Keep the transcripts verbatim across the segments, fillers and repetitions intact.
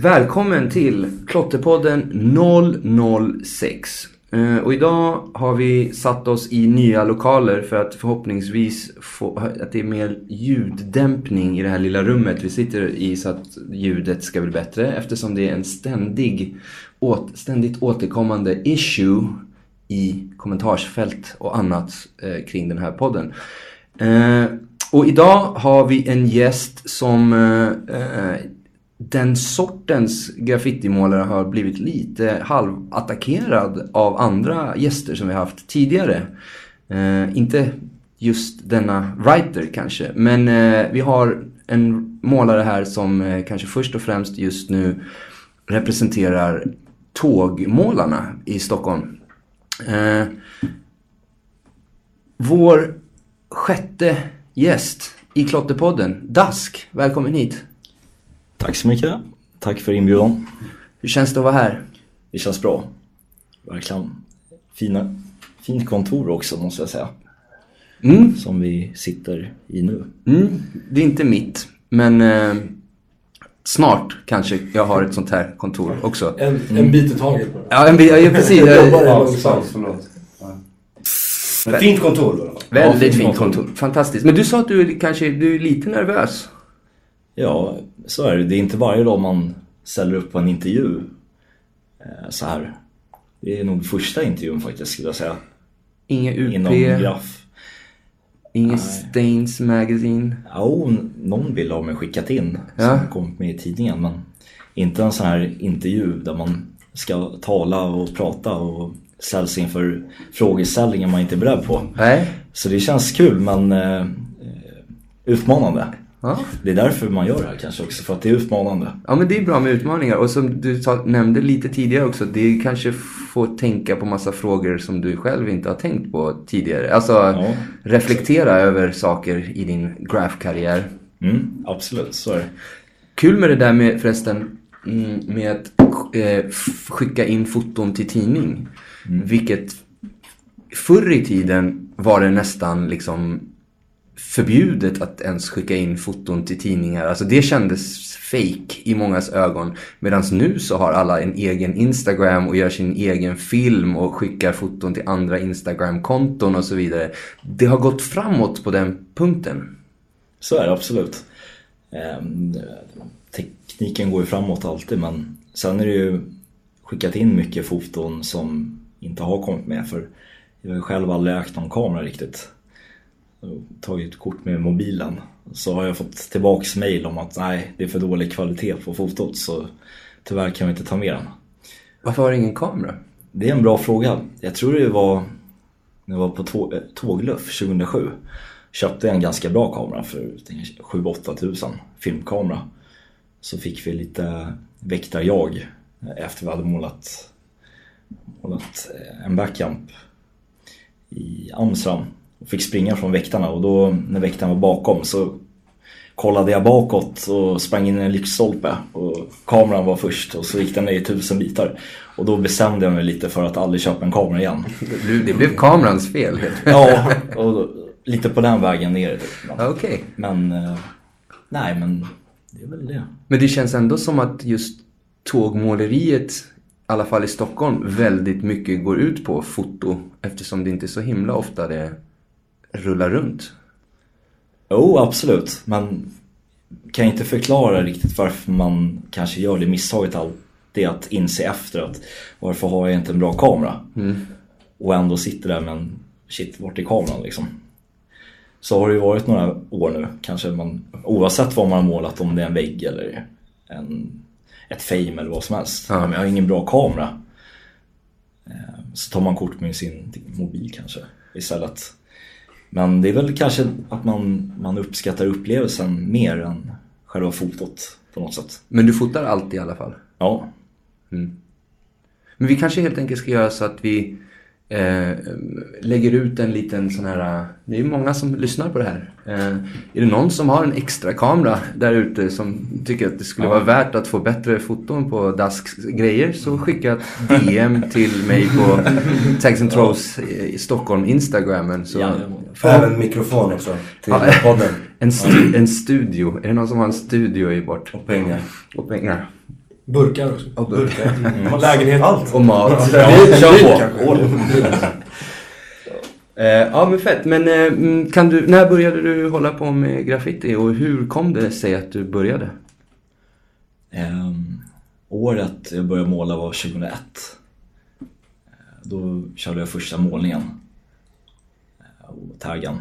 Välkommen till Klotterpodden noll noll sex. Uh, och idag har vi satt oss i nya lokaler för att förhoppningsvis få att det är mer ljuddämpning i det här lilla rummet vi sitter i, så att ljudet ska bli bättre, eftersom det är en ständig åt, ständigt återkommande issue i kommentarsfält och annat uh, kring den här podden. Uh, och idag har vi en gäst som uh, uh, den sortens graffitimålare har blivit lite halvattackerad av andra gäster som vi har haft tidigare. Eh, inte just denna writer kanske, men eh, vi har en målare här som eh, kanske först och främst just nu representerar tågmålarna i Stockholm. Eh, vår sjätte gäst i Klotterpodden, Dask, välkommen hit. Tack så mycket. Tack för inbjudan. Hur känns det att vara här? Det känns bra. Verkligen. Fina, fint kontor också, måste jag säga. Mm. Som vi sitter i nu. Mm. Det är inte mitt, men eh, snart kanske jag har ett sånt här kontor också. En, en bit i taget. Ja, en bit, ja, precis. Jag jobbar någonstans, förlåt. Men fint kontor då. Väldigt ja, fint kontor. kontor. Fantastiskt. Men du sa att du är, kanske du är lite nervös. Ja, så är det. Det är inte varje dag man ställer upp på en intervju eh, så här. Det är nog första intervjun faktiskt, skulle jag säga. Inget U P. Inom graff. Inget Stains Magazine. Ja, någon vill ha mig skickat in. Ja. Som kom med i tidningen. Men inte en sån här intervju där man ska tala och prata och ställs inför frågeställningar man inte är beredd på. Nej. Så det känns kul, men eh, utmanande. Ja. Det är därför man gör det här kanske också, för att det är utmanande. Ja, men det är bra med utmaningar. Och som du sa, nämnde lite tidigare också, det är kanske få tänka på massa frågor som du själv inte har tänkt på tidigare. Alltså ja. reflektera över saker i din graph-karriär. Mm, absolut, så är det. Kul med det där med förresten med att eh, skicka in foton till tidning. Mm. Vilket förr i tiden var det nästan liksom förbjudet att ens skicka in foton till tidningar. Alltså det kändes fake i mångas ögon. Medan nu så har alla en egen Instagram och gör sin egen film och skickar foton till andra Instagram-konton och så vidare. Det har gått framåt på den punkten. Så är det absolut. Ehm, tekniken går ju framåt alltid, men sen är det ju skickat in mycket foton som inte har kommit med, för jag har själv aldrig ägt någon kamera riktigt. Tagit ett kort med mobilen, så har jag fått tillbaks mejl om att nej, det är för dålig kvalitet på fotot, så tyvärr kan vi inte ta med den. Varför har du ingen kamera? Det är en bra fråga. Jag tror det var när jag var på tå- Tågluff tjugohundrasju. Köpte en ganska bra kamera för sju åtta tusen, filmkamera. Så fick vi lite väktarjag efter vi hade målat, målat en backcamp i Amsterdam. Och fick springa från väktarna, och då när väktaren var bakom så kollade jag bakåt och sprang in i en lyktstolpe, och kameran var först, och så gick den ner i tusen bitar. Och då bestämde jag mig lite för att aldrig köpa en kamera igen. Det blev kamerans fel. Ja, och lite på den vägen ner. Okej. Okay. Men nej, men det är väl det. Men det känns ändå som att just tågmåleriet, i alla fall i Stockholm, väldigt mycket går ut på foto, eftersom det inte är så himla ofta det rullar runt. Jo, oh, absolut. Men kan inte förklara riktigt varför man kanske gör det misstaget alltid att inse efter att varför har jag inte en bra kamera? Mm. Och ändå sitter där med en shit, vart är kameran liksom? Så har det ju varit några år nu, kanske man, oavsett vad man har målat, om det är en vägg eller en, ett fame eller vad som helst. Ja. Men jag har ingen bra kamera. Så tar man kort med sin mobil kanske istället. Men det är väl kanske att man, man uppskattar upplevelsen mer än själva fotot på något sätt. Men du fotar alltid i alla fall? Ja. Mm. Men vi kanske helt enkelt ska göra så att vi eh, lägger ut en liten sån här... Det är ju många som lyssnar på det här. Eh, är det någon som har en extra kamera där ute som tycker att det skulle ja. vara värt att få bättre foton på Dasks grejer, så skicka ett D M till mig på Tags and Throws i Stockholm Instagramen. Så ja, får en mikrofon också till ja, podden. En, stu- en studio. Är det någon som har en studio i bort? Och pengar. Och pengar. Burkar också. Och burkar. Mm. Lägenhet. Allt. Och mat. Ja, kör på. Eh, ja men fett, men eh, kan du, när började du hålla på med graffiti och hur kom det sig att du började? Um, året jag började måla var tjugohundraett. Då körde jag första målningen och taggen.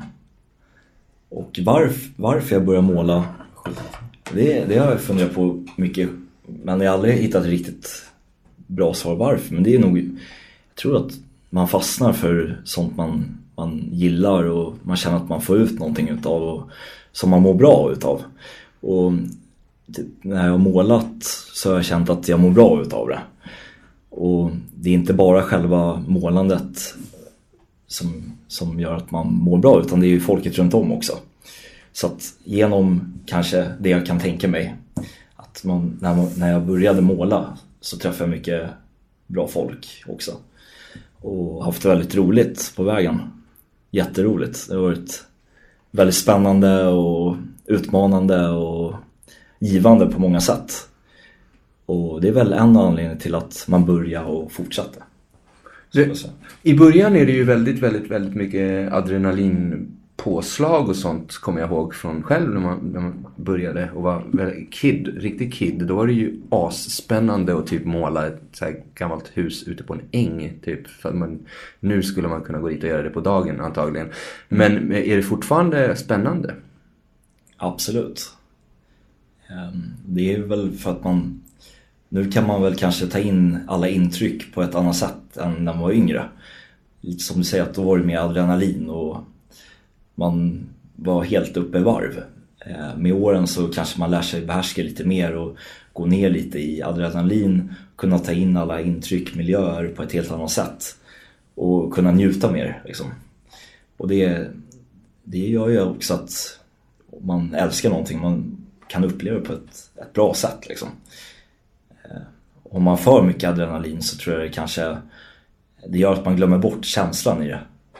Och varf, varför jag började måla, det, det har jag funderat på mycket, men jag har aldrig hittat riktigt bra svar varför. Men det är nog, jag tror att man fastnar för sånt man, man gillar och man känner att man får ut någonting utav och som man mår bra utav. Och typ, när jag har målat så har jag känt att jag mår bra utav det. Och det är inte bara själva målandet som, som gör att man mår bra, utan det är ju folket runt om också. Så att genom kanske det jag kan tänka mig, att man, när, man, när jag började måla så träffade jag mycket bra folk också. Och haft väldigt roligt på vägen. Jätteroligt. Det har varit väldigt spännande och utmanande och givande på många sätt. Och det är väl en anledning till att man börjar och fortsätter. Det, I början är det ju väldigt, väldigt, väldigt mycket adrenalinpåslag och sånt, kommer jag ihåg från själv när man, när man började och var kid, riktig kid. Då var det ju asspännande att typ måla ett så här gammalt hus ute på en äng typ. För att man, nu skulle man kunna gå dit och göra det på dagen antagligen. Men är det fortfarande spännande? Absolut. Det är väl för att man, nu kan man väl kanske ta in alla intryck på ett annat sätt än när man var yngre. Lite som du säger, att då var det mer adrenalin och man var helt uppe i varv. Med åren så kanske man lär sig behärska lite mer och gå ner lite i adrenalin, kunna ta in alla intryck, miljöer på ett helt annat sätt och kunna njuta mer liksom. Och det, det gör ju också att man älskar någonting, man kan uppleva det på ett, ett bra sätt liksom. Om man får mycket adrenalin så tror jag det kanske det gör att man glömmer bort känslan i det.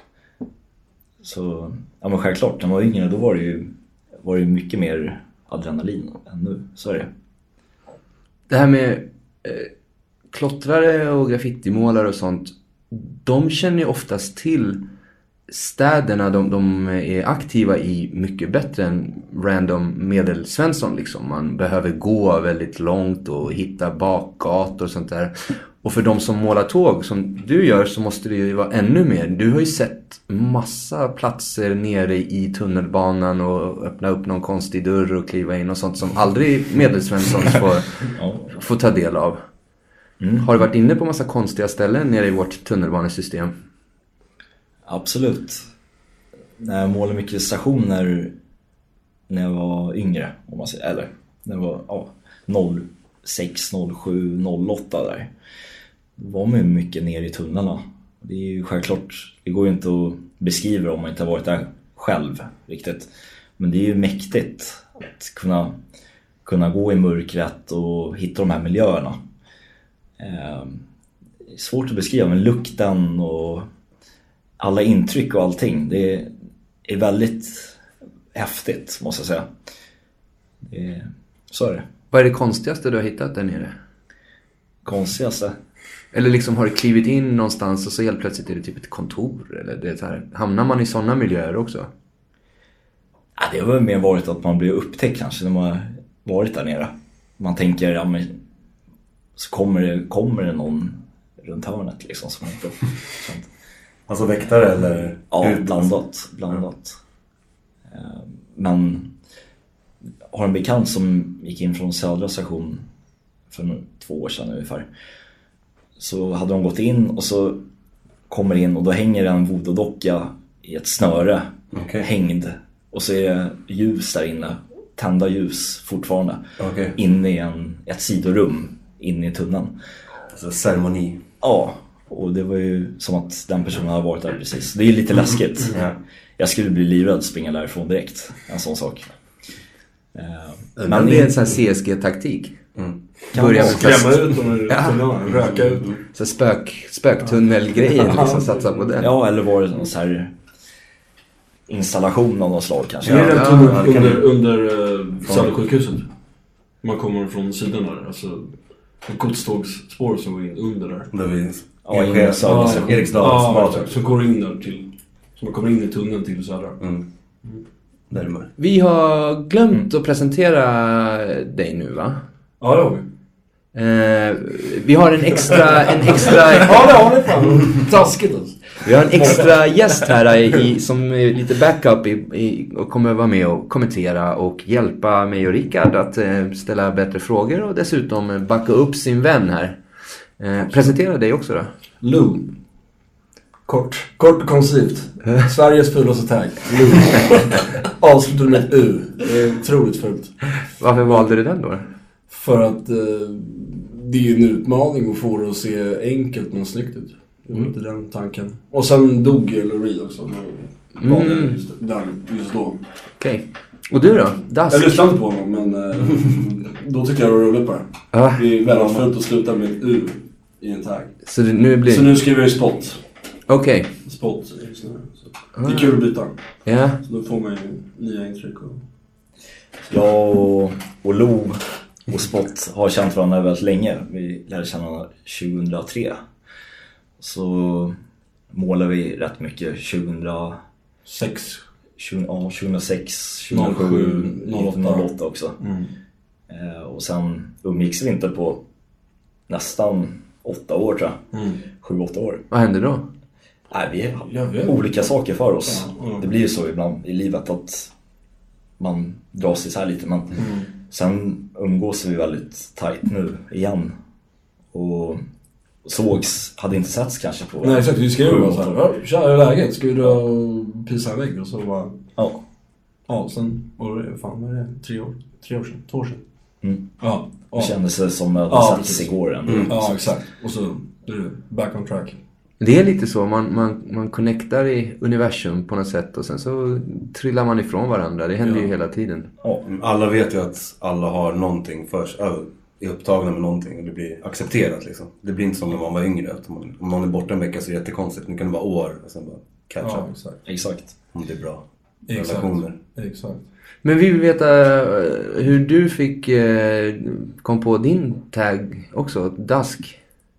Så ja, men självklart, när man var yngre då var det ju var det mycket mer adrenalin än nu, så är det. Det här med eh, klottrare och graffitimålare och sånt, de känner ju oftast till städerna de, de är aktiva i mycket bättre än random medelsvensson liksom. Man behöver gå väldigt långt och hitta bakgator och sånt där. Och för de som målar tåg som du gör så måste det ju vara ännu mer. Du har ju sett massa platser nere i tunnelbanan och öppna upp någon konstig dörr och kliva in och sånt som aldrig medelsvensson får, får ta del av. Mm. Har du varit inne på massa konstiga ställen nere i vårt tunnelbanesystem? Absolut. När jag målade mycket stationer när jag var yngre, om man säger, eller när jag var ja, noll sex, noll sju, noll åtta där. Då var man ju mycket ner i tunnlarna. Det är ju självklart, det går ju inte att beskriva om man inte har varit där själv riktigt. Men det är ju mäktigt att kunna, kunna gå i mörkret och hitta de här miljöerna. Eh, det är svårt att beskriva, men lukten och alla intryck och allting, det är väldigt häftigt måste jag säga. Det är, så är det. Vad är det konstigaste du har hittat där nere? Konstigaste? Eller liksom har du klivit in någonstans och så helt plötsligt är det typ ett kontor? Eller det är så här, hamnar man i sådana miljöer också? Ja, det har väl mer varit att man blir upptäckt kanske när man har varit där nere. Man tänker, ja men så kommer det, kommer det någon runt hörnet liksom som inte sånt. Alltså väktare eller? Ja, blandat, blandat. Men har en bekant som gick in från södra station för två år sedan ungefär. Så hade de gått in och så kommer in och då hänger en voodoo-docka i ett snöre, okay. Hängd. Och så är det ljus där inne, tända ljus fortfarande, okay. Inne i en, ett sidorum inne i tunneln. Alltså ceremoni. Ja, och det var ju som att den personen hade varit där precis. Det är lite läskigt. Mm. Jag skulle bli livrädd att springa därifrån direkt, en sån sak. Men, Men det är en sån här C S G-taktik. Mm. Börja med skrämma ut dem ur ja. Röka ut dem. Så spök, spöktunnelgrejen liksom, satsa på den. Ja, eller var det någon så här installation av något slag kanske. Ja, ja, ja, under under uh, Södersjukhuset. Man kommer från sidan där, alltså Ett godstågsspår som går in under där. Där vi... Ja, in i södra. Ja, Eriksdal. Ja, exakt. Så går in där till... Så man kommer in i tunneln till södra. Mm. Närmare. Vi har glömt att presentera dig nu, va? Ja, det har vi. Eh, vi har en extra... En extra Ja, det har ni fan. Taskigt alltså. Vi har en extra gäst här i, som är lite backup i, i, och kommer vara med och kommentera och hjälpa mig och Rickard att eh, ställa bättre frågor och dessutom backa upp sin vän här. Eh, presentera dig också då. Lou. Kort. Kort och koncist. Sveriges fulaste tag. Lou. Avslutar med ett U. Det är otroligt fult. Varför valde du den då? För att eh, det är en utmaning att få det att se enkelt men snyggt ut. Det var inte den tanken. Och sen dog Loreen också. Mm. Mm. Just, där, just då. Okej. Okay. Och du då? Dusk? Jag lyssnade inte på honom, men eh, då tycker jag det var roligt på det. Ah. Det är väldigt fult att sluta med ett U i en tag. Så det, nu blir... Så nu skriver jag spot. Okej. Okay. Spot just nu. Så. Det är kul att byta. Ja. Yeah. Så då får man ju nya intryck. Och... Jag och, och Lo och Spot har känt varandra väldigt länge. Vi lärde känna varandra tjugohundratre. Så målar vi rätt mycket tjugohundrasex, tjugo, ja, tjugohundrasex, tjugohundrasju, noll åtta också. Mm. Eh, och sen umgicks vi inte på nästan åtta år tror jag. Mm. Sju, åtta år. Vad hände då? Nej, vi har olika saker för oss. Ja, ja. Det blir ju så ibland i livet att man dras isär lite. Men mm. sen umgås vi väldigt tajt nu igen. Och sågs, hade inte setts kanske på... Nej, exakt. Vi skrev ju bara så här. Ja, tja, hur är läget? Ska vi dra och pissa en vägg? Och så bara... Ja. Ja, sen var det... Fan, vad är det? Tre år? Tre år sedan? Två år sedan? Mm. Ja. Det kändes det som att ja, setts igår ändå. Mm. Ja, exakt. Och så är det back on track. Det är lite så, man, man, man connectar i universum på något sätt och sen så trillar man ifrån varandra. Det händer ja. ju hela tiden. Ja, alla vet ju att alla har någonting först, är upptagna med någonting och det blir accepterat liksom. Det blir inte som när man var yngre. Att man, om någon är borta en vecka så är det jättekonstigt. Nu kan det vara år och sen bara catch ja, up. Exakt. Exakt. Om det är bra. Exakt. Relationer. Exakt. Men vi vill veta hur du fick eh, kom på din tag också, Dusk.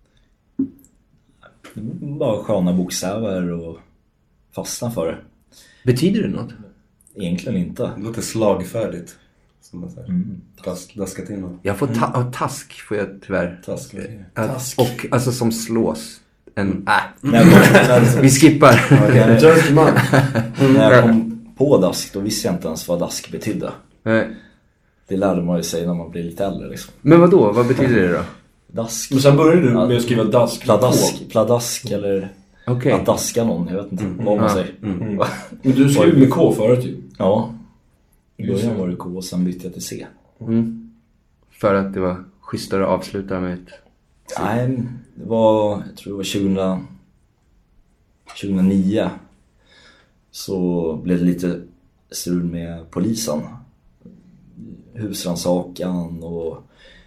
Bara sköna bokstäver och fastna för det. Betyder det något? Egentligen inte. Det låter slagfärdigt. Som man säger. Mm. Dask, daska till något. Jag får ta- mm. task får jag tyvärr. Task. Att, task. Och alltså som slås. En mm. äh. Mm. Vi skippar. Okay. När jag kom på dask då visste jag inte ens vad dask betydde. Nej. Det lärde man ju sig när man blir lite äldre liksom. Men vad då? Vad betyder det då? Dask. Men sen började du med att skriva dask. Pladask, pladask eller okay. att daska någon, jag vet inte mm. vad man säger. Mm. Mm. Men du skrev med K förut ju. Ja. I början var det K och sen bytte jag till C. Mm. För att det var schysstare att avsluta med ett C. Nej, det var, jag tror det var tjugo, tjugohundranio. Så blev det lite strul med polisen. Husrannsakan och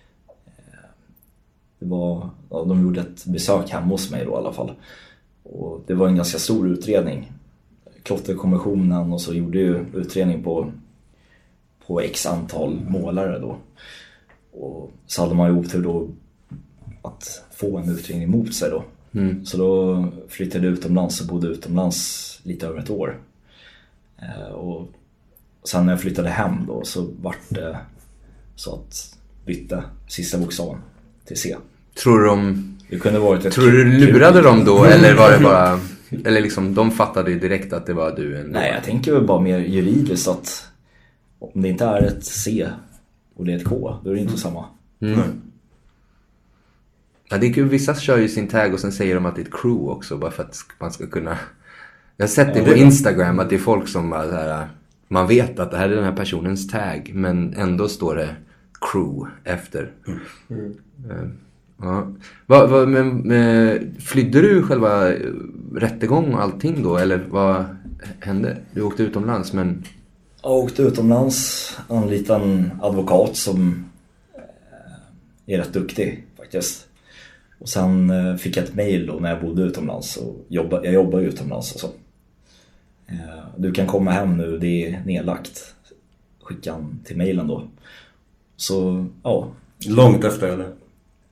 det var, ja, de gjorde ett besök hemma hos mig då i alla fall. Och det var en ganska stor utredning. Klotterkommissionen och så gjorde ju utredning på, på x antal målare då. Och så hade man ju otur då att få en utredning emot sig då. Mm. Så då flyttade jag utomlands och bodde utomlands lite över ett år. Eh, och sen när jag flyttade hem då så vart det så att bytte sista bokstaven till C. Tror du de... Det kunde varit ett Tror du lurade dem då eller var det bara... Eller liksom de fattade ju direkt att det var du en... Nej, jag tänker väl bara mer juridiskt att om det inte är ett C och det är ett K, då är det inte mm. samma. Mm. Mm. Ja, det är kul. Vissa kör ju sin tag och sen säger de att det är ett crew också bara för att man ska kunna... Jag har sett det ja, på det Instagram att det är folk som bara så här... Man vet att det här är den här personens tag men ändå står det crew efter. Mm. Mm. Uh, ja. Va, va, men, men, flydde du själva rättegång och allting då? Eller vad hände? Du åkte utomlands men... Jag åkte utomlands, anlitade en advokat som är rätt duktig faktiskt. Och sen fick jag ett mejl då när jag bodde utomlands och jobba, jag jobbar utomlands och så. Du kan komma hem nu, det är nedlagt. Skicka till mejlen då. Så, ja. Långt efter eller?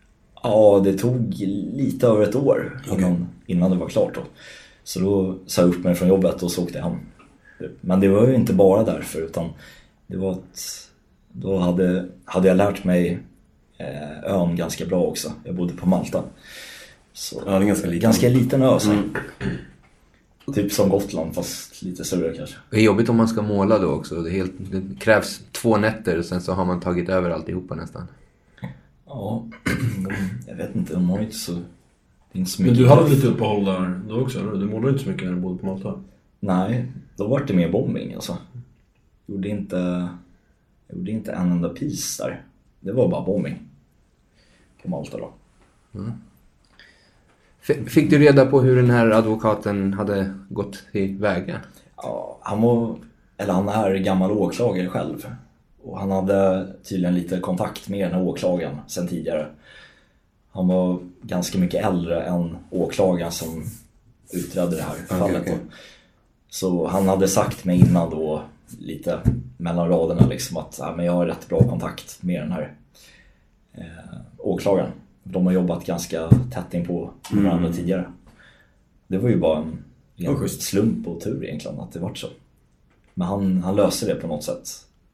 Ja, det tog lite över ett år innan, Okay. innan det var klart då. Så då sa jag upp mig från jobbet och så åkte jag hem. Men det var ju inte bara därför, utan det var att då hade, hade jag lärt mig eh, ön ganska bra också. Jag bodde på Malta. Så, ja, det är ganska liten. Ganska liten ö. Så. Mm. Typ som Gotland, fast lite större kanske. Det är jobbigt om man ska måla då också. Det, är helt, det krävs två nätter och sen så har man tagit över alltihopa nästan. Ja, jag vet inte, de har inte så... Det är inte så Men mycket. du hade lite uppehåll där då också, eller? Du målade inte så mycket när du bodde på Malta. Nej, då var det mer bombing alltså. Jag gjorde inte, jag gjorde inte en enda piece där. Det var bara bombing på Malta då. Mm. F- fick du reda på hur den här advokaten hade gått tillväga? Ja, han var, eller han är gammal åklagare själv. Och han hade tydligen lite kontakt med den här åklagaren sedan tidigare. Han var ganska mycket äldre än åklagaren som utredde det här Okay, fallet. okay. Så han hade sagt mig innan då, lite mellan raderna liksom, att ja, men jag har rätt bra kontakt med den här eh, åklagaren. De har jobbat ganska tätt in på varandra mm. tidigare. Det var ju bara en, en oh, slump och tur egentligen att det var så. Men han, han löser det på något sätt.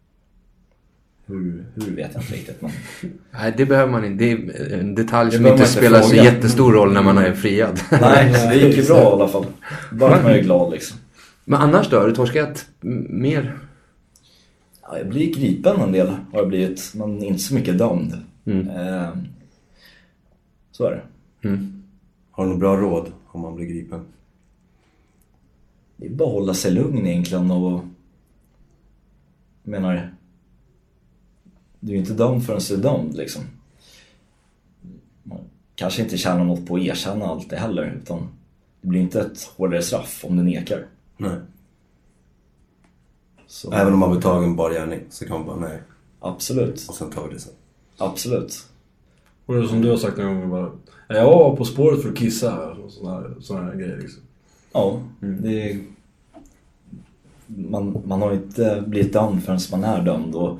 Hur, hur vet jag inte riktigt. Men... Nej, det behöver man inte. Det är en detalj det som inte spelar så fråga. jättestor roll när man är friad. Nej, det gick ju bra i alla fall. Bara att man är glad liksom. Men annars då? Har du torskat mer? Ja, jag blir gripen en del har jag blivit. Men inte så mycket dömd. Mm. Eh, så är det. Mm. Har du några bra råd om man blir gripen? Det är bara att hålla sig lugn egentligen och... Jag menar... Du är ju inte dömd förrän du är dömd liksom. Man kanske inte tjänar något på att erkänna allt det heller. Utan det blir inte ett hårdare straff om du nekar. Nej. Så... Även om man blir tagen bara gärning så kan man bara nej. Absolut. Och sen tar vi det sen. Absolut. Och det som du har sagt en gång bara... Jag var på spåret för att kissa här. Sådana här, såna här grejer liksom. Ja, det är... Man, man har inte blivit dömd förrän man är dömd och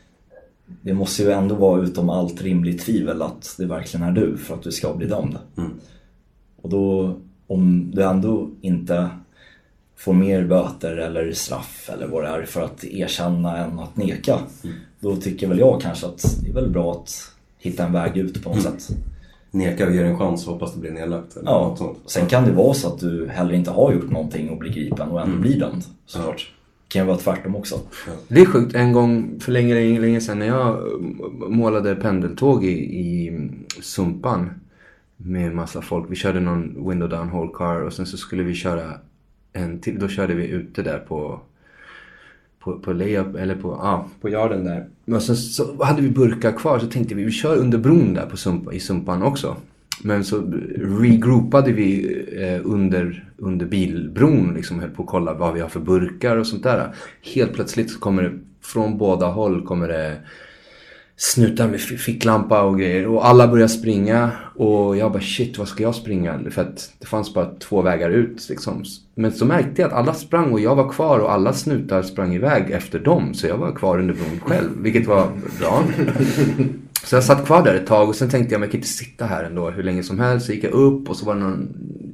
det måste ju ändå vara utom allt rimligt tvivel att det verkligen är du för att du ska bli dömd. Mm. Och då, om du ändå inte får mer böter eller straff eller vad det är för att erkänna än att neka, mm. då tycker väl jag kanske att det är väl bra att hitta en väg ut på något mm. sätt. Neka och ge en chans och hoppas det blir nedlagt. Eller ja, något sånt. Sen kan det vara så att du heller inte har gjort någonting och blir gripen och ändå mm. blir dömd, såklart. Ja. Kan ju vara tvärtom också. Ja. Det är sjukt. En gång för länge, länge, länge sedan när jag målade pendeltåg i, i Sumpan med massa folk. Vi körde någon window down whole car och sen så skulle vi köra en till. Då körde vi ute där på på, på layup eller på, ah, på yarden där. Men sen så hade vi burkar kvar så tänkte vi vi kör under bron där på Sumpa, i Sumpan också. Men så regroupade vi eh, under, under bilbron liksom, höll på att kolla vad vi har för burkar och sånt där. Helt plötsligt så kommer det från båda håll kommer det snutar med ficklampa och grejer och alla börjar springa och jag bara shit, vad ska jag springa? För att det fanns bara två vägar ut liksom. Men så märkte jag att alla sprang och jag var kvar och alla snutar sprang iväg efter dem, så jag var kvar under bron själv, vilket var bra. Så jag satt kvar där ett tag och sen tänkte jag, men jag kan inte sitta här ändå hur länge som helst. Så gick jag upp och så var det någon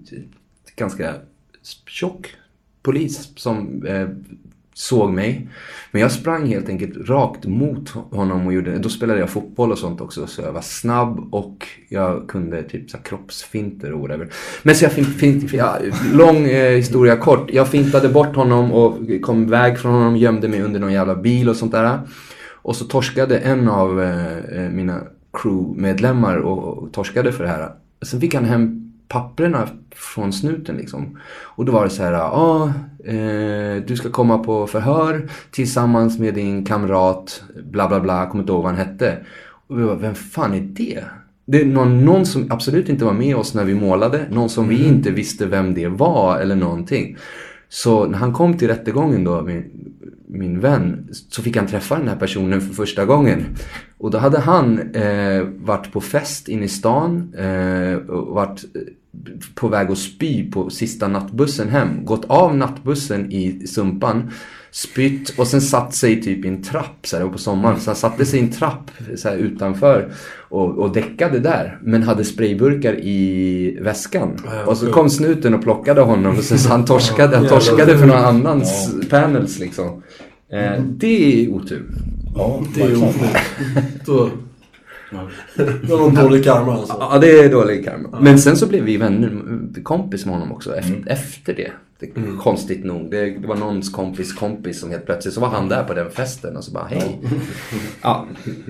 ganska tjock polis som eh, såg mig. Men jag sprang helt enkelt rakt mot honom och gjorde, då spelade jag fotboll och sånt också. Så jag var snabb och jag kunde typ så här kroppsfinter och whatever. Men så jag fint, fint, ja, lång eh, historia kort. Jag fintade bort honom och kom iväg från honom, gömde mig under någon jävla bil och sånt där. Och så torskade en av eh, mina crewmedlemmar och, och torskade för det här. Sen fick han hem papperna från snuten liksom. Och då var det så här, ja, ah, eh, du ska komma på förhör tillsammans med din kamrat, bla bla bla, kommer inte ihåg vad han hette. Och vi bara, vem fan är det? Det är någon, någon som absolut inte var med oss när vi målade, någon som vi inte visste vem det var eller någonting. Så när han kom till rättegången då, min, min vän, så fick han träffa den här personen för första gången. Och då hade han eh, varit på fest inne i stan eh, och varit på väg att spy på sista nattbussen hem. Gått av nattbussen i Sumpan, spytt och sen satt sig typ i en trapp så här, på sommaren. Så han satte sig i en trapp så här, utanför och, och däckade där. Men hade sprayburkar i väskan. Ja, och så kom snuten och plockade honom och så han torskade, han torskade för någon annans ja. panels liksom. Eh, det är otur. Ja, det är otur. Då... Det var någon dålig karma alltså. Ja, det är dålig karma. Ja. Men sen så blev vi vänner, kompis med honom också efter, mm. efter det. det mm. Konstigt nog. Det, det var någons kompis kompis som helt plötsligt så var han där på den festen och så bara hej. Ja.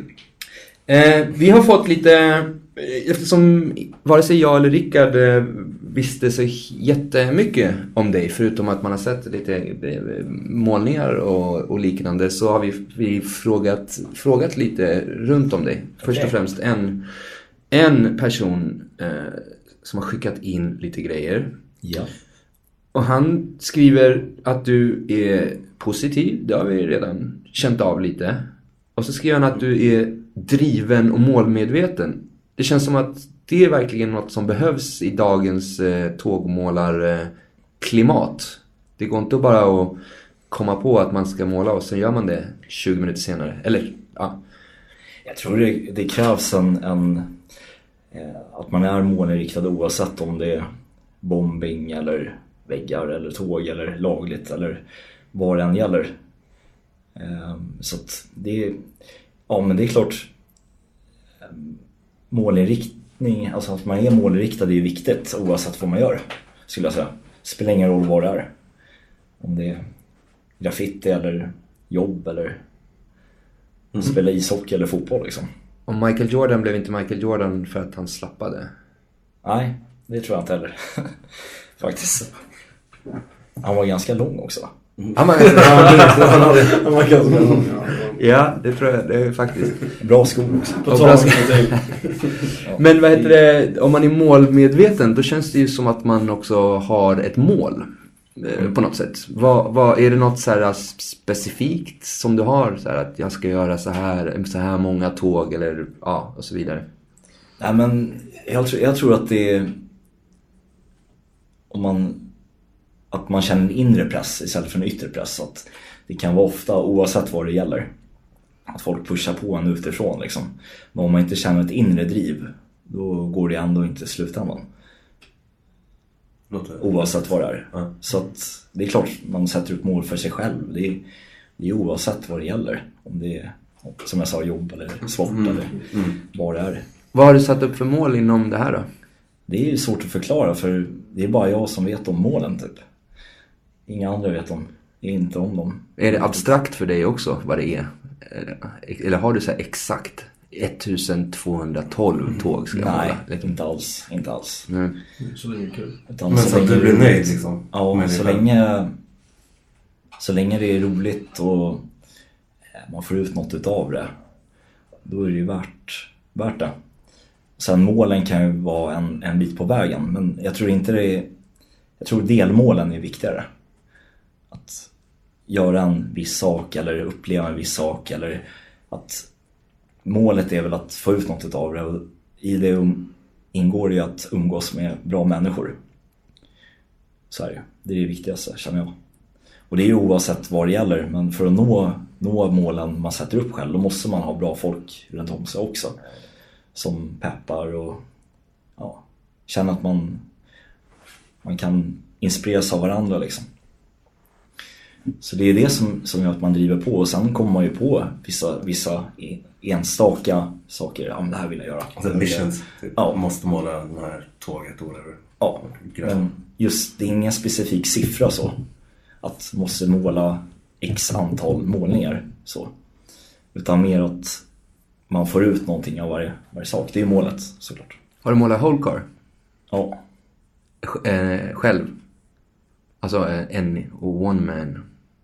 Eh, vi har fått lite, eftersom vare sig jag eller Rickard eh, visste så jättemycket om dig, förutom att man har sett lite eh, målningar och, och liknande, så har vi, vi frågat, frågat lite runt om dig. Först okay. och främst en, en person eh, som har skickat in lite grejer. Ja. Och han skriver att du är positiv, det har vi redan känt av lite. Och så skriver han att du är driven och målmedveten. Det känns som att det är verkligen något som behövs i dagens eh, tågmålarklimat. Eh, det går inte bara att komma på att man ska måla och sen gör man det tjugo minuter senare. Eller, ja. Jag tror det, det krävs en, en eh, att man är målinriktad oavsett om det är bombing eller väggar eller tåg eller lagligt eller vad det än gäller. Eh, så att det är, ja men det är klart eh, målinriktning, alltså att man är målinriktad är ju viktigt oavsett vad man gör, skulle jag säga. Spelar ingen roll vad det är. Om det är graffiti eller jobb eller mm. spela ishockey eller fotboll liksom. Och Michael Jordan blev inte Michael Jordan för att han slappade? Nej, det tror jag inte heller. Faktiskt. Han var ganska lång också. Mm. Han var, han var ganska lång. Ja, det tror jag. Det är faktiskt. Bra skor också. Bra skor. Men vad heter det, om man är målmedveten, då känns det ju som att man också har ett mål. Mm. På något sätt. Vad, vad, är det något så här specifikt som du har? Så här, att jag ska göra så här, så här många tåg eller ja, och så vidare. Nej, men jag tror, jag tror att det är om man att man känner en inre press istället för en yttre press. Att det kan vara ofta, oavsett vad det gäller, att folk pushar på en utifrån liksom. Men om man inte känner ett inre driv, då går det ändå inte i slutändan. Oavsett vad det är. Mm. Så att det är klart man sätter upp mål för sig själv. Det är, det är oavsett vad det gäller. Om det är, som jag sa, jobb eller sport mm. eller mm. vad det är. Vad har du satt upp för mål inom det här då? Det är ju svårt att förklara, för det är bara jag som vet om målen typ. Inga andra vet om, inte om dem. Är det abstrakt för dig också vad det är? Eller har du så här exakt ettusentvåhundratolv mm. tåg ska Nej, hålla? Liksom. inte alls, inte alls. Mm. Så länge kul. Utan men så, så länge du blir nöjd liksom. Ja, så länge, så länge det är roligt och man får ut något utav det, då är det ju värt, värt det. Sen målen kan ju vara en, en bit på vägen, men jag tror inte det är, jag tror delmålen är viktigare. Att göra en viss sak eller uppleva en viss sak, eller att målet är väl att få ut något av det, och i det ingår det ju att umgås med bra människor. Så är det. Det är det viktigaste, känner jag. Och det är ju oavsett vad det gäller, men för att nå, nå målen man sätter upp själv, då måste man ha bra folk runt om sig också. Som peppar och ja, känna att man, man kan inspireras av varandra liksom. Så det är det som, som gör att man driver på, och sen kommer man ju på vissa, vissa enstaka saker. Ja, men det här vill jag göra. Alltså missions, typ. Ja. Man måste måla den här tåget, whatever. Ja, men just det är ingen specifik siffra så. Att måste måla x antal målningar så. Utan mer att man får ut någonting av varje, varje sak. Det är målet, såklart. Har du målat whole car? Ja. Eh, själv? Alltså en och one man?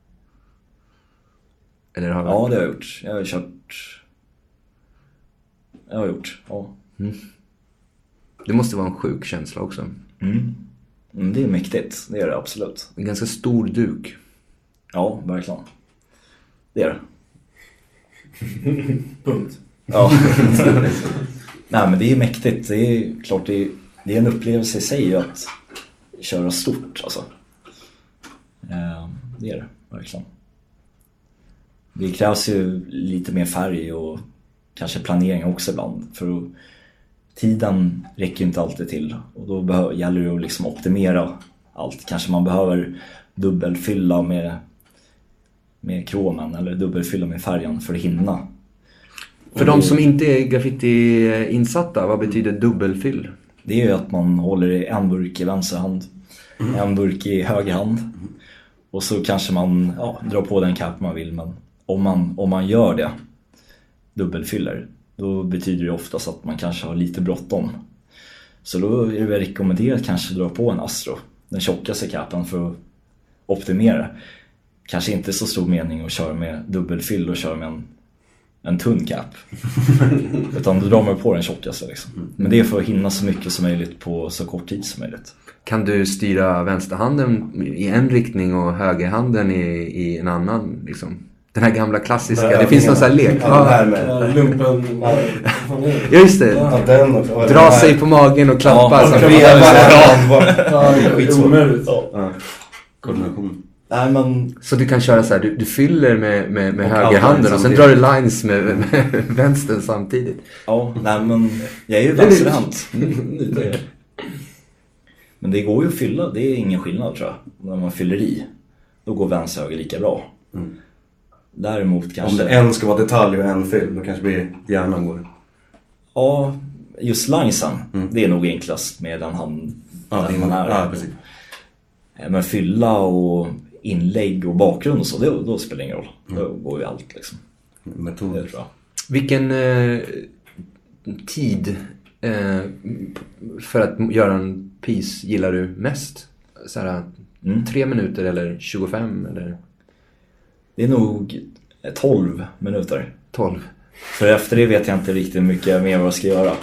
Eller har ja, det har jag gjort. Jag har kört... Jag har gjort, ja. Mm. Det måste vara en sjuk känsla också. Mm. Mm, det är mäktigt, det är det absolut. En ganska stor duk. Ja, verkligen. Det är det. Punkt. Ja. Nej, men det är mäktigt. Det är klart, det är, det är en upplevelse i sig att köra stort alltså. Eh, det är det, verkligen. Det krävs ju lite mer färg och kanske planering också ibland. För att, tiden räcker inte alltid till. Och då behöver, gäller det att liksom optimera allt. Kanske man behöver dubbelfylla med, med kromen eller dubbelfylla med färgen för att hinna. För de som inte är graffiti-insatta, vad betyder dubbelfyll? Det är ju att man håller i en burk i vänster hand, mm. en burk i höger hand. Och så kanske man ja, drar på den cap man vill. Men om man, om man gör det, dubbelfyller, då betyder det oftast att man kanske har lite bråttom. Så då är det väl rekommenderat att kanske dra på en Astro, den tjockaste capen, för att optimera. Kanske inte så stor mening att köra med dubbelfyll och köra med en, en tunn cap. Utan då drar man på den tjockaste liksom. Men det är för att hinna så mycket som möjligt på så kort tid som möjligt. Kan du styra vänsterhanden i en riktning och högerhanden i, i en annan liksom? Den här gamla klassiska, det, det finns någon sån här lek. Ja, här med lumpen. Ja, just det. Ja, den också. Dra sig på magen och klappa. Ja, så. ja, ja, Ja, omöjligt. ja. Koordination. Nej, men... Så du kan köra så här, du, du fyller med, med, med Och högerhanden och sen samtidigt. drar du lines med, med vänstern samtidigt. Ja, nej men jag är ju vänsterhänt. Men det går ju att fylla, det är ingen skillnad tror jag. När man fyller i, då går vänster höger lika bra. Mm. Däremot kanske... Om det en ska vara detalj och en fyll, då kanske blir hjärnan går. Ja, just linesen, Mm. det är nog enklast med den hand Ja, där det är- man är. ja, precis. Men fylla och inlägg och bakgrund och så, det, då spelar det ingen roll. Då går ju allt liksom. Det Metod. tror jag. Vilken eh, tid eh, för att göra en piece gillar du mest? Så här, Mm. tre minuter eller tjugofem eller Det är nog tolv minuter. tolv? För efter det vet jag inte riktigt mycket mer vad jag ska göra.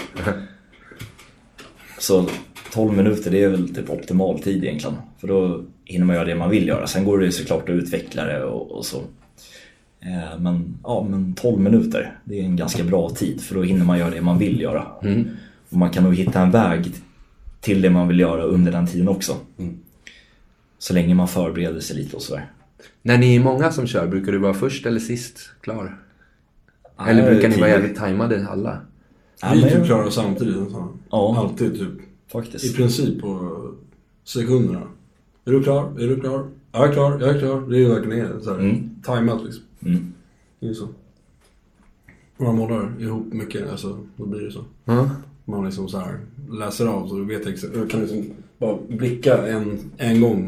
Så tolv minuter, det är väl typ optimal tid egentligen. För då hinner man göra det man vill göra. Sen går det såklart att utveckla det och, och så. Eh, men, ja, men tolv minuter, det är en ganska bra tid. För då hinner man göra det man vill göra. Mm. Och man kan nog hitta en väg till det man vill göra under den tiden också. Mm. Så länge man förbereder sig lite och sådär. När ni är många som kör, brukar du vara först eller sist klar? Eller Nej, brukar ni vara tio. jävligt tajmade alla? Ja, Vi är men- typ klara samtidigt. Så. Ja. Alltid typ. Faktiskt. I princip på sekunderna. Är du klar? Är du klar? Jag är klar, jag är klar. Det är ju verkligen det. Så här, Mm. timeout liksom. Mm. Det är ju så. Och man målar ihop mycket, alltså då blir det så. Ja. Man liksom så här läser av så du vet exakt. Jag kan liksom bara blicka en, en gång.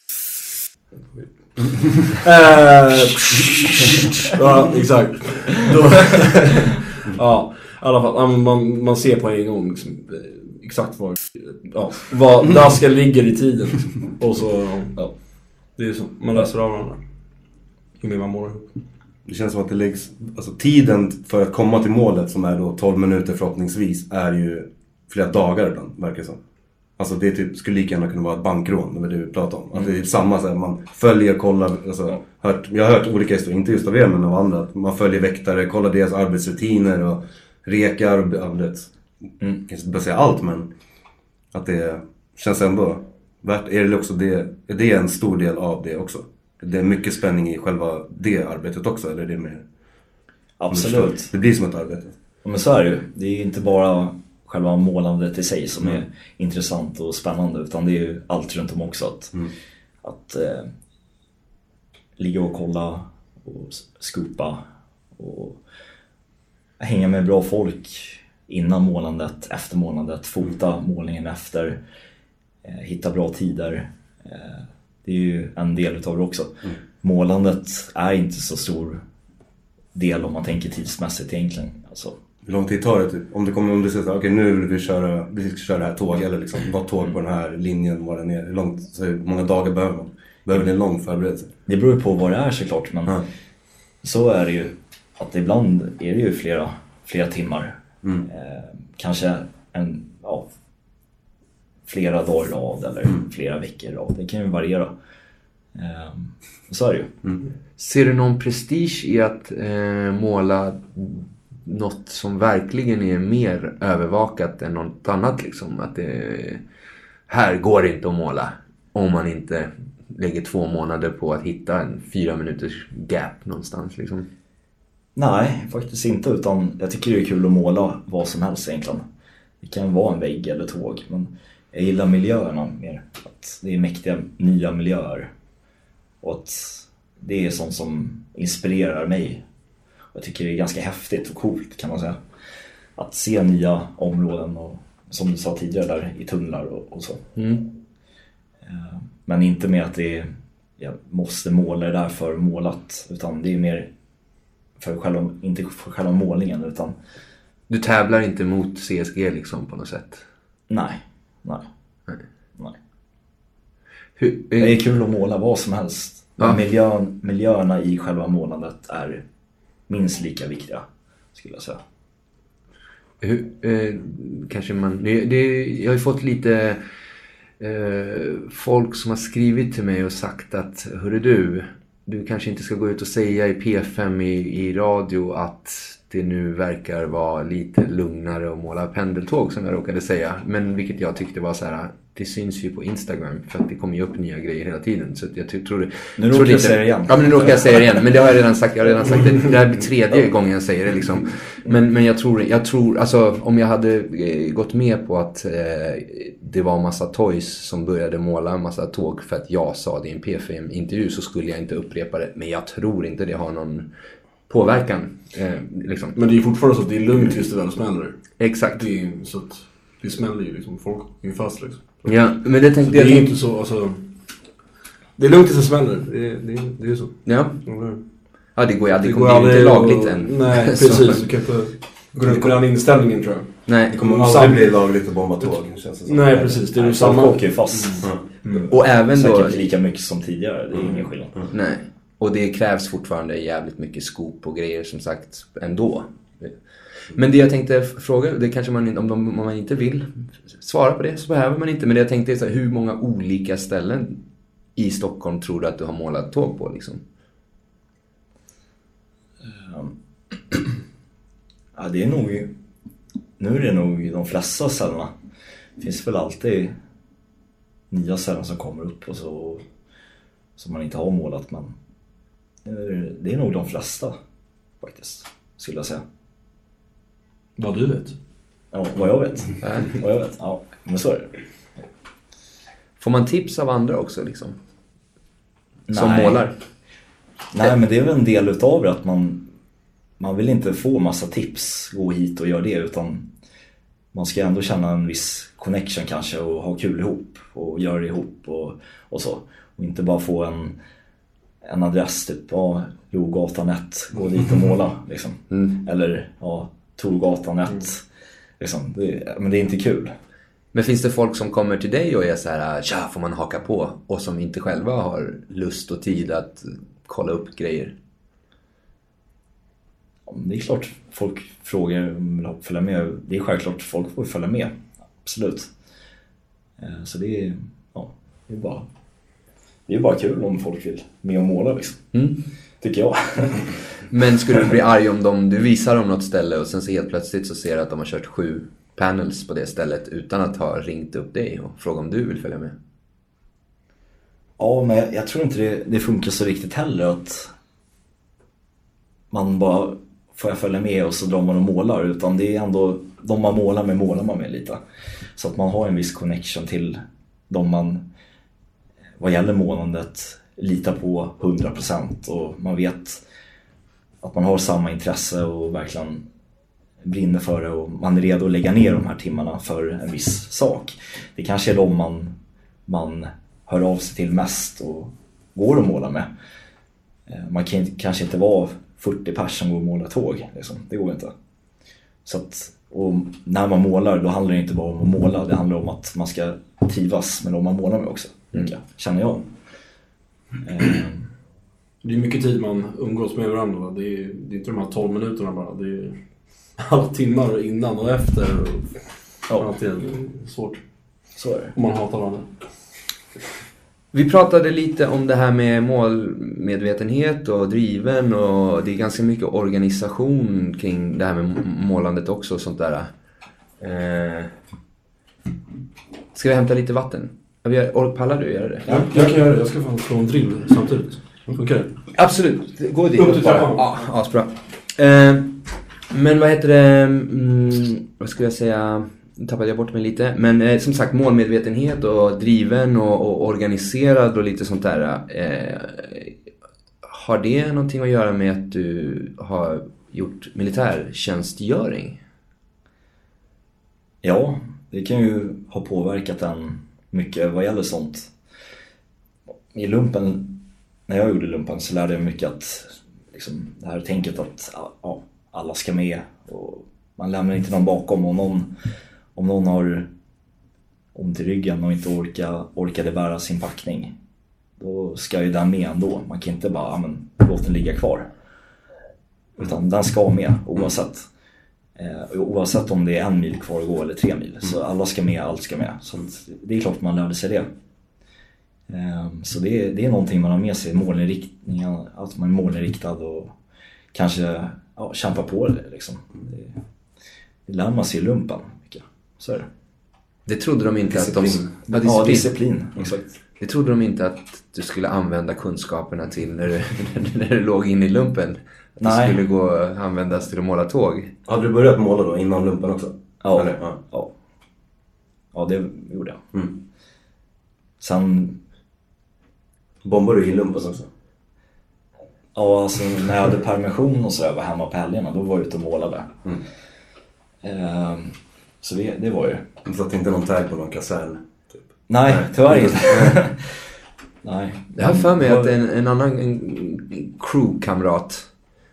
Eh, ja, exakt. Då, ja, i alla fall. ja, men Man, man ser på en gång liksom, eh, exakt var, ja, vad Daska ligger i tiden. Liksom. Och så, ja, det är så. Man läser av varandra. Hur mycket man målar ihop. Det känns som att det läggs, alltså tiden för att komma till målet som är då tolv minuter förhoppningsvis är ju flera dagar ibland, verkar det som. Alltså det är typ, skulle lika gärna kunna vara ett bankrån, det var det vi pratade om. Att det är samma så här, man följer, kollar, alltså, hört, jag har hört olika historier, inte just av er men av andra. Att man följer väktare, kollar deras arbetsrutiner och rekar och ja, vet, Mm. kanske inte bara säga allt men att det känns ändå värt, är det också det, är det en stor del av det också? Det är mycket spänning i själva det arbetet också, eller är det mer? Absolut. Det blir som ett arbete. Ja, men så är det ju. Det är ju inte bara själva målandet i sig som Mm. är intressant och spännande, utan det är ju allt runt om också. Att, Mm. att eh, ligga och kolla och skupa och hänga med bra folk innan målandet, efter målandet, fota målningen efter, eh, hitta bra tider. Eh, det är ju en del utav det också. Mm. Målandet är inte så stor del om man tänker tidsmässigt egentligen. Alltså, Hur lång tid tar det typ? Om, det kommer, om du säger så här, okej nu vill vi köra, vi ska köra det här tåg eller liksom, vad tåg på den här linjen, vad den är, hur långt, så hur många dagar behöver man? Behöver ni en lång förberedelse? det beror ju på vad det är såklart, men Ja. så är det ju att ibland är det ju flera, flera timmar. Mm. Eh, kanske en, ja, flera dagar i rad eller Mm. flera veckor i rad. Det kan ju variera. Eh, så är det ju. Mm. Ser du någon prestige i att eh, måla något som verkligen är mer övervakat än något annat liksom. Att det, här går det inte att måla om man inte lägger två månader på att hitta en fyra minuters gap någonstans liksom. Nej, faktiskt inte, utan jag tycker det är kul att måla vad som helst egentligen. Det kan vara en vägg eller tåg, men jag gillar miljöerna mer. Att det är mäktiga nya miljöer. Och att det är sånt som inspirerar mig. Jag tycker det är ganska häftigt och coolt, kan man säga. Att se nya områden och, som du sa tidigare, där i tunnlar och, och så. Mm. Men inte med att det är, jag måste måla det där för målat, utan det är mer för själva, inte för själva målningen, utan Du tävlar inte mot C S G liksom på något sätt? nej, nej, Nej. nej. Hur, Det är kul att måla vad som helst. Men Ja. miljön, miljöerna i själva målandet är minst lika viktiga, skulle jag säga. hur, eh, kanske man... Det, det, jag har ju fått lite eh, folk som har skrivit till mig och sagt att hörru du, du kanske inte ska gå ut och säga i P fem i, i radio att det nu verkar vara lite lugnare att måla pendeltåg, som jag råkade säga. Men vilket jag tyckte var så här, det syns ju på Instagram för att det kommer ju upp nya grejer hela tiden. Så jag tror det... Nu råkar jag säga det igen. Ja, men nu råkar jag säga det igen. Men det har jag redan sagt. Jag har redan sagt det. Det här blir tredje gången jag säger det liksom. Men, men jag tror, jag tror, alltså om jag hade eh, gått med på att eh, det var en massa toys som började måla en massa tåg för att jag sa det i en P fem-intervju, så skulle jag inte upprepa det. Men jag tror inte det har någon påverkan. Eh, liksom. Men det är ju fortfarande så att det är lugnt tills det väl smäller. Exakt. Det är så att det smäller ju liksom, folk är ju fast liksom. Ja, men det tänkte Det jag... är inte så, alltså... Det är lugnt tills det smäller, det är, det är, det är så. Ja. Eller? Ja, det går ju aldrig. Det går kommer ju inte aldrig lagligt och- än. Nej, precis. Du kan inte gå runt på den inställningen, tror jag. Nej. Det kommer Sam- aldrig bli lagligt att bomba tåg, känns det som. Nej, precis. Det är ju Nej, samma. folk åker ju fast. Mm. Och även då... Säkert lika mycket som tidigare, det är ingen skillnad. Nej. Och det krävs fortfarande jävligt mycket skop och grejer, som sagt, ändå. Men det jag tänkte fråga, det kanske man, om, de, om man inte vill svara på det, så behöver man inte. Men det jag tänkte är så här, hur många olika ställen i Stockholm tror du att du har målat tåg på liksom? Ja, det är nog... Nu är det nog de flesta ställena. Det finns väl alltid nya ställen som kommer upp och så, som man inte har målat, men det är nog de flesta faktiskt, skulle jag säga. Vad du vet. Ja, vad jag vet. vad jag vet. Ja, men så är det. Får man tips av andra också liksom? Som Nej. målar? Nej, men det är väl en del utav det att man man vill inte få massa tips, gå hit och göra det, utan man ska ändå känna en viss connection kanske och ha kul ihop och göra det ihop och, och så. Och inte bara få en, en adress typ, ja, Rogatan ett, gå dit och måla liksom. Mm. Eller ja, Torgatan ett liksom. Det, men det är inte kul. Men finns det folk som kommer till dig och är så här, tja, får man haka på? Och som inte själva har lust och tid att kolla upp grejer? Ja, det är klart folk frågar om de vill följa med. Det är självklart folk får följa med. Absolut. Så det är, ja, det är bara det är bara kul om folk vill med och måla liksom. Mm. Tycker jag. Men skulle du bli arg om de, du visar dem något ställe och sen så helt plötsligt så ser du att de har kört sju panels på det stället utan att ha ringt upp dig och fråga om du vill följa med? Ja, men jag, jag tror inte det, det funkar så riktigt heller att man bara får jag följa med och så drar man och målar, utan det är ändå de man målar med målar man med lite. Så att man har en viss connection till de man vad gäller målandet litar på hundra procent och man vet att man har samma intresse och verkligen brinner för det och man är redo att lägga ner de här timmarna för en viss sak. Det kanske är de man, man hör av sig till mest och går och målar med. Man kan kanske inte vara fyrtio personer som går och målar tåg. Liksom. Det går inte. Så att, och när man målar, då handlar det inte bara om att måla. Det handlar om att man ska trivas med de man målar med också. Mm. Känner jag. Mm. Det är mycket tid man umgås med varandra. Det är, det är inte de här tolv minuterna bara. Det är alla timmar innan och efter. Och ja. Alltid svårt. Så är det. Om man hatar varandra. Vi pratade lite om det här med målmedvetenhet och driven, och det är ganska mycket organisation kring det här med målandet också och sånt där. Eh, ska vi hämta lite vatten? Pallar du göra det? Ja, jag kan göra det. Jag ska få få en drill samtidigt. Funkar det? Absolut, gå dit. Upp till trappan. Ja, asbra. Eh, men vad heter det? Mm, vad skulle jag säga? Nu tappade jag bort mig lite. Men eh, som sagt, målmedvetenhet och driven och, och organiserad och lite sånt där. Eh, har det någonting att göra med att du har gjort militärtjänstgöring? Ja, det kan ju ha påverkat en mycket vad gäller sånt. I lumpen, när jag gjorde lumpen, så lärde jag mycket att liksom, det här tänket att ja, alla ska med och man lämnar inte någon bakom. Och någon, om någon har ont i ryggen och inte orka, orkade bära sin packning, då ska ju den med ändå. Man kan inte bara, ja, men, låt den ligga kvar. Utan den ska med oavsett. Eh, oavsett om det är en mil kvar att gå eller tre mil. Mm. Så alla ska med, allt ska med. Så det är klart man lärde sig det. Eh, så det är, det är någonting man har med sig, målinriktningen, att man är målinriktad och kanske ja, kämpa på det liksom. Det, det lär man sig i lumpen mycket. Så är det. Det trodde de inte disciplin. att de... Ja, disciplin. Ja, disciplin. Exakt. Det trodde de inte att du skulle använda kunskaperna till när du, när du låg in i lumpen. Att Nej. det skulle gå användas till att måla tåg. Hade du börjat måla då innan lumpen också? Ja, Eller? Ja. ja. ja det gjorde jag. Mm. Sen... Bombar du i lumpen också? Ja, alltså när jag hade permission och så jag var hemma på helgerna, då var jag ute och målade. Mm. Ehm, så det, det var ju... Du satt inte någon tag på någon kasern? Typ. Nej, tyvärr inte. Nej. Jag har för mig att en, en annan en crewkamrat,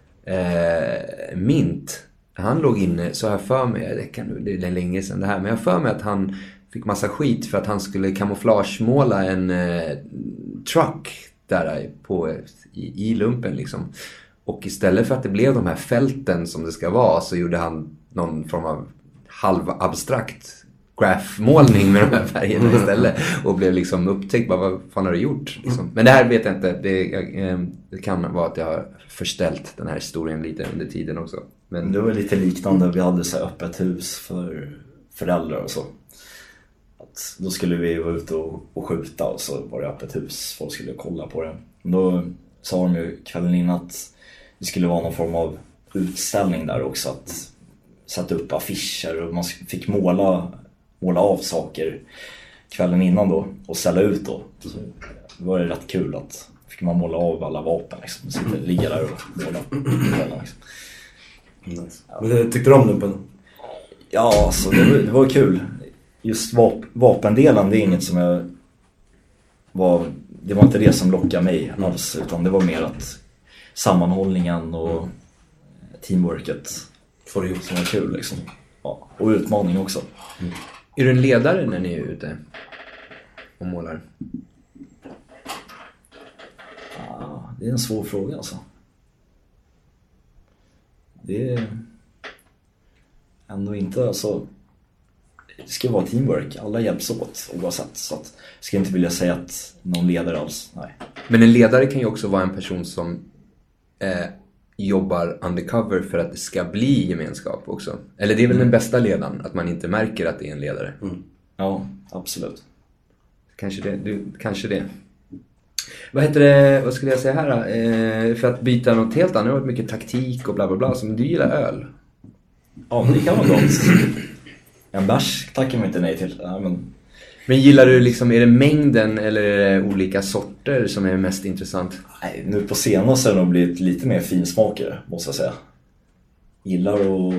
eh, Mint, han låg inne, så har jag för mig, det, kan, det är länge sedan det här, men jag har för mig att han fick massa skit för att han skulle kamouflagemåla en eh, truck där på, i, i lumpen liksom. Och istället för att det blev de här fälten som det ska vara, så gjorde han någon form av halvabstrakt graffmålning med de här färgerna istället. Och blev liksom upptäckt, bara, vad fan har du gjort? Liksom. Men det här vet jag inte. Det, jag, det kan vara att jag har förställt den här historien lite under tiden också. Men det var lite liknande. Vi hade så här öppet hus för föräldrar och så. Att då skulle vi vara ute och, och skjuta, och så var det öppet hus. Folk skulle kolla på det. Då sa de ju kvällen innan att det skulle vara någon form av utställning där också. Att sätta upp affischer och man fick måla, måla av saker kvällen innan då och ställa ut då. Så det var det rätt kul att fick man måla av alla vapen liksom. Så det ligga där och måla liksom. Nice. Ja. Men det, tyckte du om lumpen? Ja, alltså det var, det var kul. Just vap- vapendelen, det är inget som jag var, det var inte det som lockade mig alls, utan det var mer att sammanhållningen och teamworket får det gjort som var kul liksom. Ja, och utmaning också. Mm. Är du en ledare när ni är ute och målar? Ja, det är en svår fråga alltså. Det är ändå inte alltså. Det ska vara teamwork, alla hjälps åt oavsett, så att jag ska inte vilja säga att någon ledare alls, nej. Men en ledare kan ju också vara en person som eh, jobbar undercover för att det ska bli gemenskap också. Eller det är väl mm. den bästa ledaren, att man inte märker att det är en ledare. Mm. Ja, absolut. Kanske det, du, kanske det. Vad heter det, vad skulle jag säga här eh, för att byta något helt annat, det har varit mycket taktik och bla bla bla, som du gillar öl. Ja, det kan vara gott. En bärs tackar man inte nej till. Ja, men... men gillar du liksom, är det mängden eller är det olika sorter som är mest intressant? Nej, nu på senaste har det nog blivit lite mer finsmakare, måste jag säga. Gillar och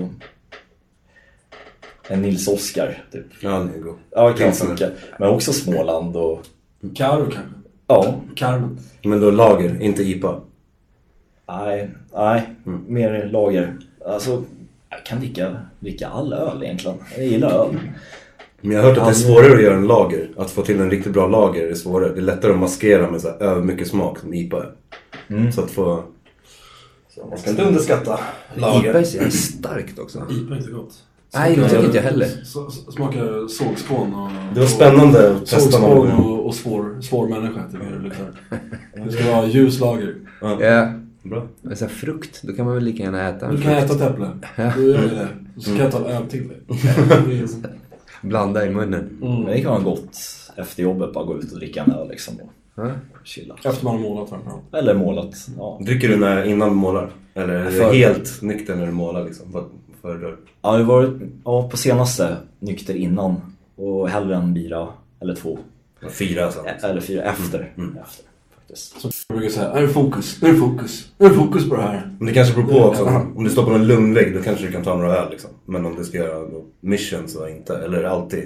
en Nils Oskar typ. Ja, det är god. Ja, kan funka. Men också Småland och Karv kanske. Ja, Karv. Men då lager, inte I P A. Nej, nej, Mm. mer lager. Alltså, jag kan dricka, dricka all öl egentligen. Jag gillar öl. Men jag har hört att det är svårare att göra en lager. Att få till en riktigt bra lager är svårare. Det är lättare att maskera med så här över mycket smak som I P A är. Mm. Så att få... Så man ska inte underskatta lager. I P A är starkt också. I P A är inte gott. Nej, det tycker inte jag heller. Smakar sågspån och... Det var spännande att testa sågspån någon. och, och svår, svår människa tycker jag det luktar. Det ska vara ljuslager. Ja. Ja. Bra. Men så här frukt, då kan man väl lika gärna äta en Du kan frukt. äta ett äpple. Då gör vi det. Så kan jag ta öl till dig. Blanda i munnen. Men det kan vara gott efter jobbet, bara gå ut och dricka en öl liksom och Ja. chilla. Efter man har målat framförallt. Eller målat, ja. Dricker du när, innan du målar? Eller är För- du helt nykter när du målar liksom? Vad föredrar? Ja, det var ja, på senaste nykter innan och hellre en bira eller två. Fyra alltså. E- Eller fyra efter. Mm. efter faktiskt. Så jag brukar säga, är det fokus? Är det fokus? Är det fokus på det här? Men det kanske beror på också. Om du står på en lugnvägg då kanske du kan ta några öl liksom. Men om du ska göra något mission så inte. Eller alltid.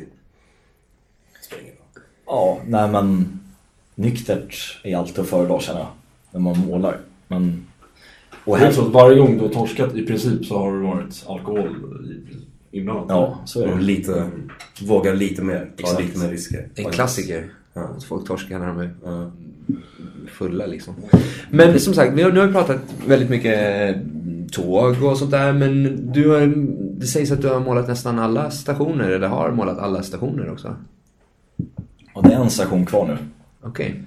Springer då. Ja, nej men nyktert är alltid att föredra känner jag. När man målar. Men... Och Det är så att varje gång du har torskat i princip så har det varit alkohol i- innan. Ja, så är Och det. lite, vågar lite mer. Ta Exakt. lite mer risker. En klassiker. Ja. Att folk torskar när de är Ja. fulla liksom. Men som sagt, vi har, nu har vi pratat väldigt mycket tåg och sånt där. Men du har, det sägs att du har målat nästan alla stationer. Eller har målat alla stationer också. Och det är en station kvar nu. Okej.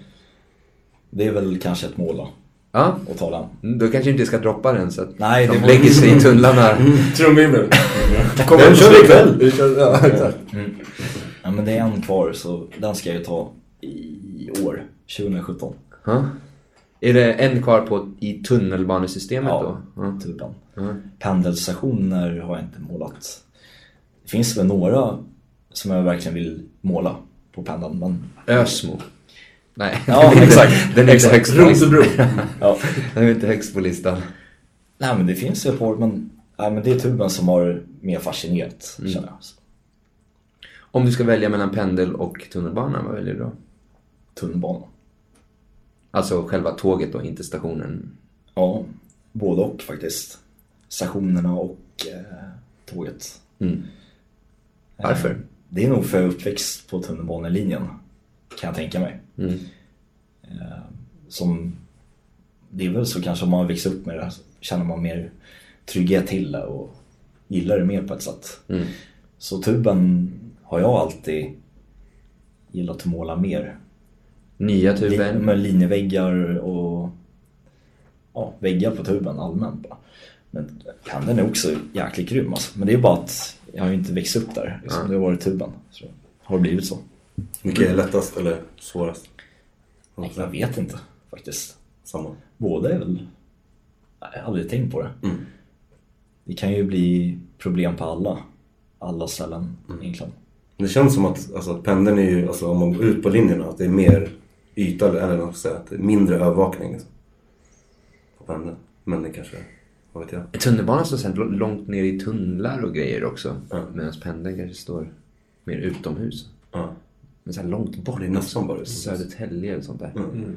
Det är väl kanske ett mål då. Ja, Att ta den. då kanske inte ska droppa den så att Nej, de det var- lägger sig i tunnlarna. Trumvirvel. Kommer den kör ikväll? Vi kör, ja, exakt. Mm. Ja, men det är en kvar så den ska jag ju ta i år, tjugo sjutton. Ja. Är det en kvar på i tunnelbanesystemet Ja, då? Ja. tuben. Ja. Pendelstationer har jag inte målat. Det finns väl några som jag verkligen vill måla på pendeln, men... Ösmo. Nej, Ja, den är inte- exakt. Den är inte högst på listan. Rosebro. Ja. Den är inte högst på listan. Nej, men det finns ju ett par, men, nej, men det är tuben som har mer fascinerat, Mm. känner jag. Om du ska välja mellan pendel och tunnelbana, vad väljer du då? Tunnelbanan. Alltså själva tåget då, inte stationen. Ja, både och faktiskt. Stationerna och eh, tåget. Mm. Varför? Eh, Det är nog för uppväxt på tunnelbanelinjen, kan jag tänka mig. Mm. Eh, som, det är väl så kanske om man växer upp med det så känner man mer trygghet till det och gillar det mer på ett sätt. Mm. Så tuben har jag alltid gillat att måla mer. Nya Li- tuben. med linjeväggar och ja, väggar på tuben allmänt bara. Men pendeln är också jäkligt grym alltså. Men det är bara att jag har ju inte växt upp där liksom. Ja. Det har varit tuben, så har det blivit så. Vilket är lättast eller svårast? Nej, jag vet inte faktiskt. Samma. Båda är väl... Nej, jag har aldrig tänkt på det. Mm. Det kan ju bli problem på alla alla ställen egentligen. Det känns som att, alltså, att pendeln är ju, alltså, om man går ut på linjerna, att det är mer yta, eller något säga, att det är mindre övervakning liksom, på pendeln. Men det kanske, vad vet jag. Tunnelbanan står sen långt ner i tunnlar och grejer också. Ja. Medan pendeln kanske står mer utomhus. Ja. Men så här långt bort. Det är nästan bara utomhus. Södertälje eller sånt där. Mm.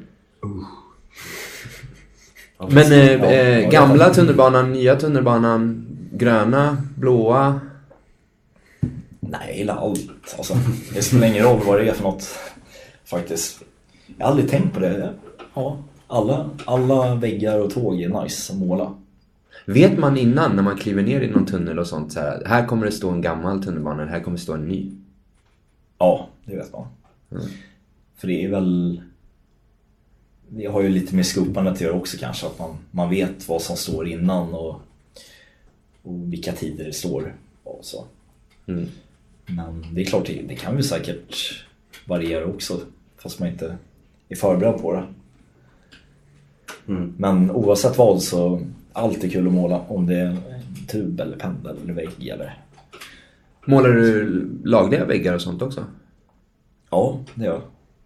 Ja, Men eh, Ja, eh, ja, gamla det- tunnelbanan, nya tunnelbanan, gröna, blåa. Nej, jag gillar allt. Alltså, det spelar ingen roll vad det är för något faktiskt. Jag har aldrig tänkt på det. Ja, alla, alla väggar och tåg är nice att måla. Vet man innan när man kliver ner i någon tunnel och sånt så här, här kommer det stå en gammal tunnelbana, här kommer det stå en ny. Ja, det vet man. Mm. För det är väl... Det har ju lite med skopandet att göra också kanske. Att man, man vet vad som står innan och, och vilka tider det står. Och så. Mm. Men det är klart, det, det kan ju säkert variera också. Fast man inte är förberedd på det. Mm. Men oavsett vad så allt är kul att måla. Om det är en tub eller pendel eller vägg eller... Målar du lagliga väggar och sånt också? Ja, det gör jag.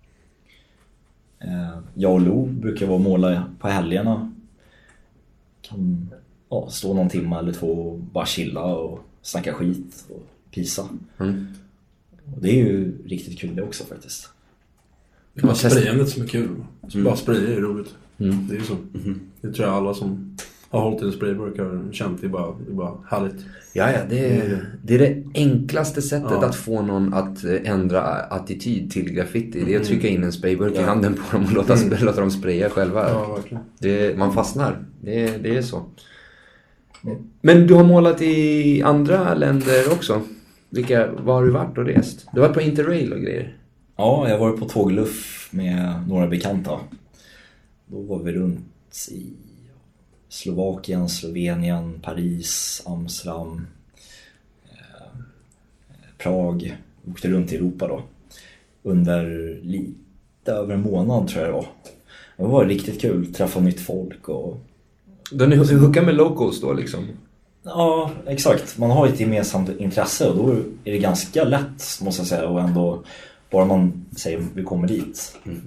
Eh, Jag och Lo brukar vara måla på helgerna. Kan ja, stå någon timme eller två och bara chilla och snacka skit och pisa. Mm. Och det är ju riktigt kul det också faktiskt. Det är bara sprayandet som är kul. Så bara spraya är roligt. Mm. Det är ju så. Det tror jag alla som har hållit i en sprayburk har känt. Det är bara, det är bara härligt. Ja, ja, det är, det är det enklaste sättet Ja. att få någon att eh, ändra attityd till graffiti. Det är att trycka in en sprayburk i handen på dem och låta, låta dem spraya själva. Ja, verkligen. Det, man fastnar. Det, det är så. Men du har målat i andra länder också? Vilka, var har du varit och rest? Du har varit på Interrail och grejer? Ja, jag har varit på tågluff med några bekanta. Då var vi runt i Slovakien, Slovenien, Paris, Amsterdam, eh, Prag. Åkte runt i Europa då. Under lite över en månad tror jag det var. Det var riktigt kul, träffa nytt folk och... Då ni hookar med locals då liksom? Ja, exakt. Man har ett gemensamt intresse och då är det ganska lätt, måste jag säga, och ändå bara man säger vi kommer dit. Mm.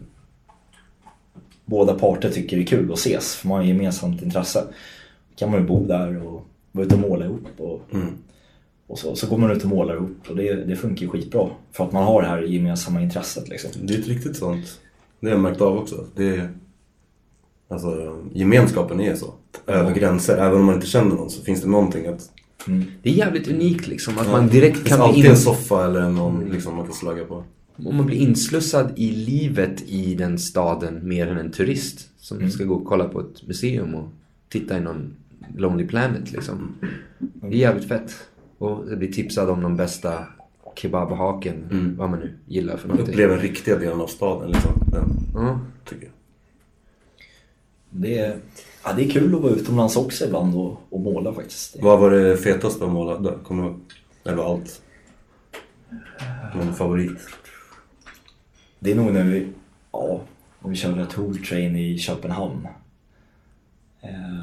Båda parter tycker det är kul att ses för man har gemensamt intresse. Kan man ju bo där och vara ute och måla ihop och, mm. och så, så går man ut och målar ihop och det, det funkar ju skitbra för att man har det här gemensamma intresset liksom. Det är ett riktigt sånt. Det har jag märkt av också. Det är, alltså, gemenskapen är så. Över gränser. Även om man inte känner någon så finns det någonting att... Mm. Det är jävligt unikt liksom. Att ja, man direkt kan alltid bli in... en soffa eller någon liksom, man kan slagga på. Om man blir inslussad i livet i den staden mer än en turist. Som mm. ska gå och kolla på ett museum och titta i någon Lonely Planet liksom. Det är jävligt fett. Och bli tipsad om de bästa kebabhaken. Mm. Vad man nu gillar för någonting. Upplever en riktiga delen av staden liksom. Den, ja. Tycker jag. Det är, ja, det är kul att vara utomlands också ibland och, och måla faktiskt. Vad var det fetaste att måla där? Kommer du ihåg? Eller allt? Någon favorit? Det är nog när vi, ja, när vi körde Tool Train i Köpenhamn. Eh,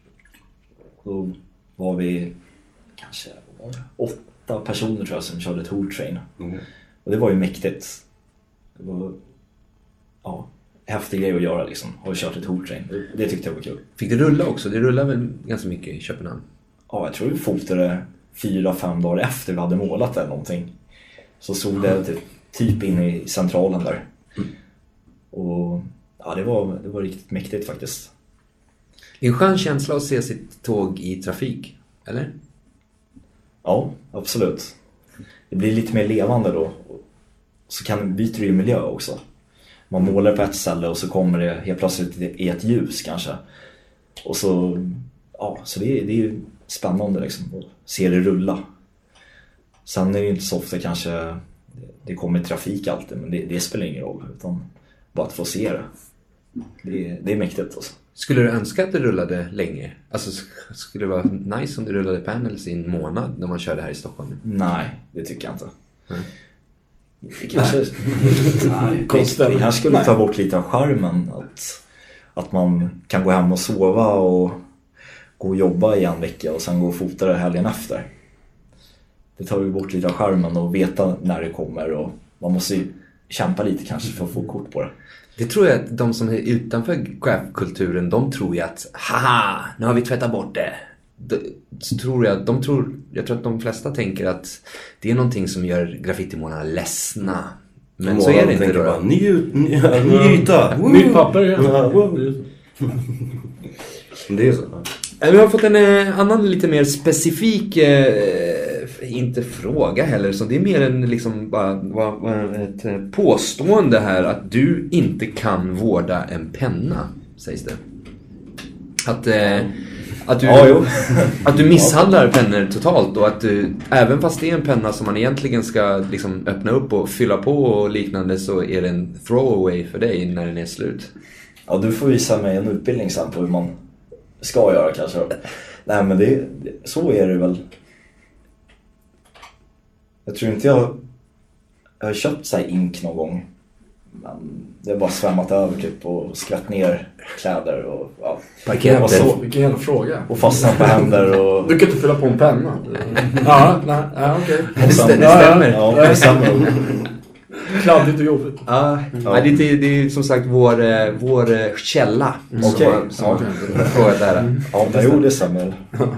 då var vi kanske var det, åtta personer tror jag som körde Tool Train. Mm. Och det var ju mäktigt. Det var, ja, häftig grej att göra liksom. Och kört ett Tool Train. Det, det tyckte jag var kul. Fick det rulla också? Det rullar väl ganska mycket i Köpenhamn? Ja, jag tror vi fotade fyra, fem dagar efter vi hade målat eller någonting. Så såg det typ, typ in i centralen där. Mm. Och ja, det var, det var riktigt mäktigt faktiskt. Det är en skön känsla att se sitt tåg i trafik, eller? Ja, absolut. Det blir lite mer levande då. Så kan, byter det ju miljö också. Man målar på ett ställe och så kommer det helt plötsligt i ett ljus kanske. Och så, ja, så det, det är ju spännande liksom att se det rulla. Sen är det ju inte så ofta kanske det kommer trafik alltid, men det, det spelar ingen roll utan bara att få se det. Det, det är mäktigt alltså. Skulle du önska att det rullade länge? Alltså skulle det vara nice om det rullade panels i en månad när man kör det här i Stockholm? Nej, det tycker jag inte. Mm. Det kanske, nej, det, det kanske skulle ta bort lite av charmen att, att man kan gå hem och sova och gå och jobba i en vecka och sen gå och fota det helgen efter. Det tar ju bort lite av charmen och veta när det kommer och man måste ju kämpa lite kanske för att få kort på det. Det tror jag att de som är utanför craftkulturen, de tror ju att haha, nu har vi tvättat bort det. De, så tror jag, de tror, jag tror att de flesta tänker att det är någonting som gör graffitimålarna ledsna. Men så är det inte då. Bara, ny, ny, ny yta. Nytt papper, ja. Det är så. Vi har fått en eh, annan lite mer specifik eh, inte fråga heller, så det är mer en liksom bara, bara, bara ett påstående här att du inte kan vårda en penna, sägs det. Att eh, att du ja, att du misshandlar pennor totalt och att du, även fast det är en penna som man egentligen ska liksom öppna upp och fylla på och liknande, så är det en throwaway för dig när den är slut. Ja, du får visa mig en utbildning sen på hur man ska göra kanske. Nej, men det, så är det väl. Jag tror inte jag, jag har köpt så här ink någon gång. Men det har bara svämmat över typ och skvätt ner kläder och ja. Vilken jävla, så, vilken jävla fråga. Och fastnat på händer och... Du kan inte fylla på en penna. ja, nej, ja, okej. Okay. Det stämmer. Ja, det stämmer. Kladdigt och jobbigt. Ja, ja. Det, det, det är som sagt vår, vår källa. Okej. Okay. Som har frågat det här. Ja, det gjorde det stämmer.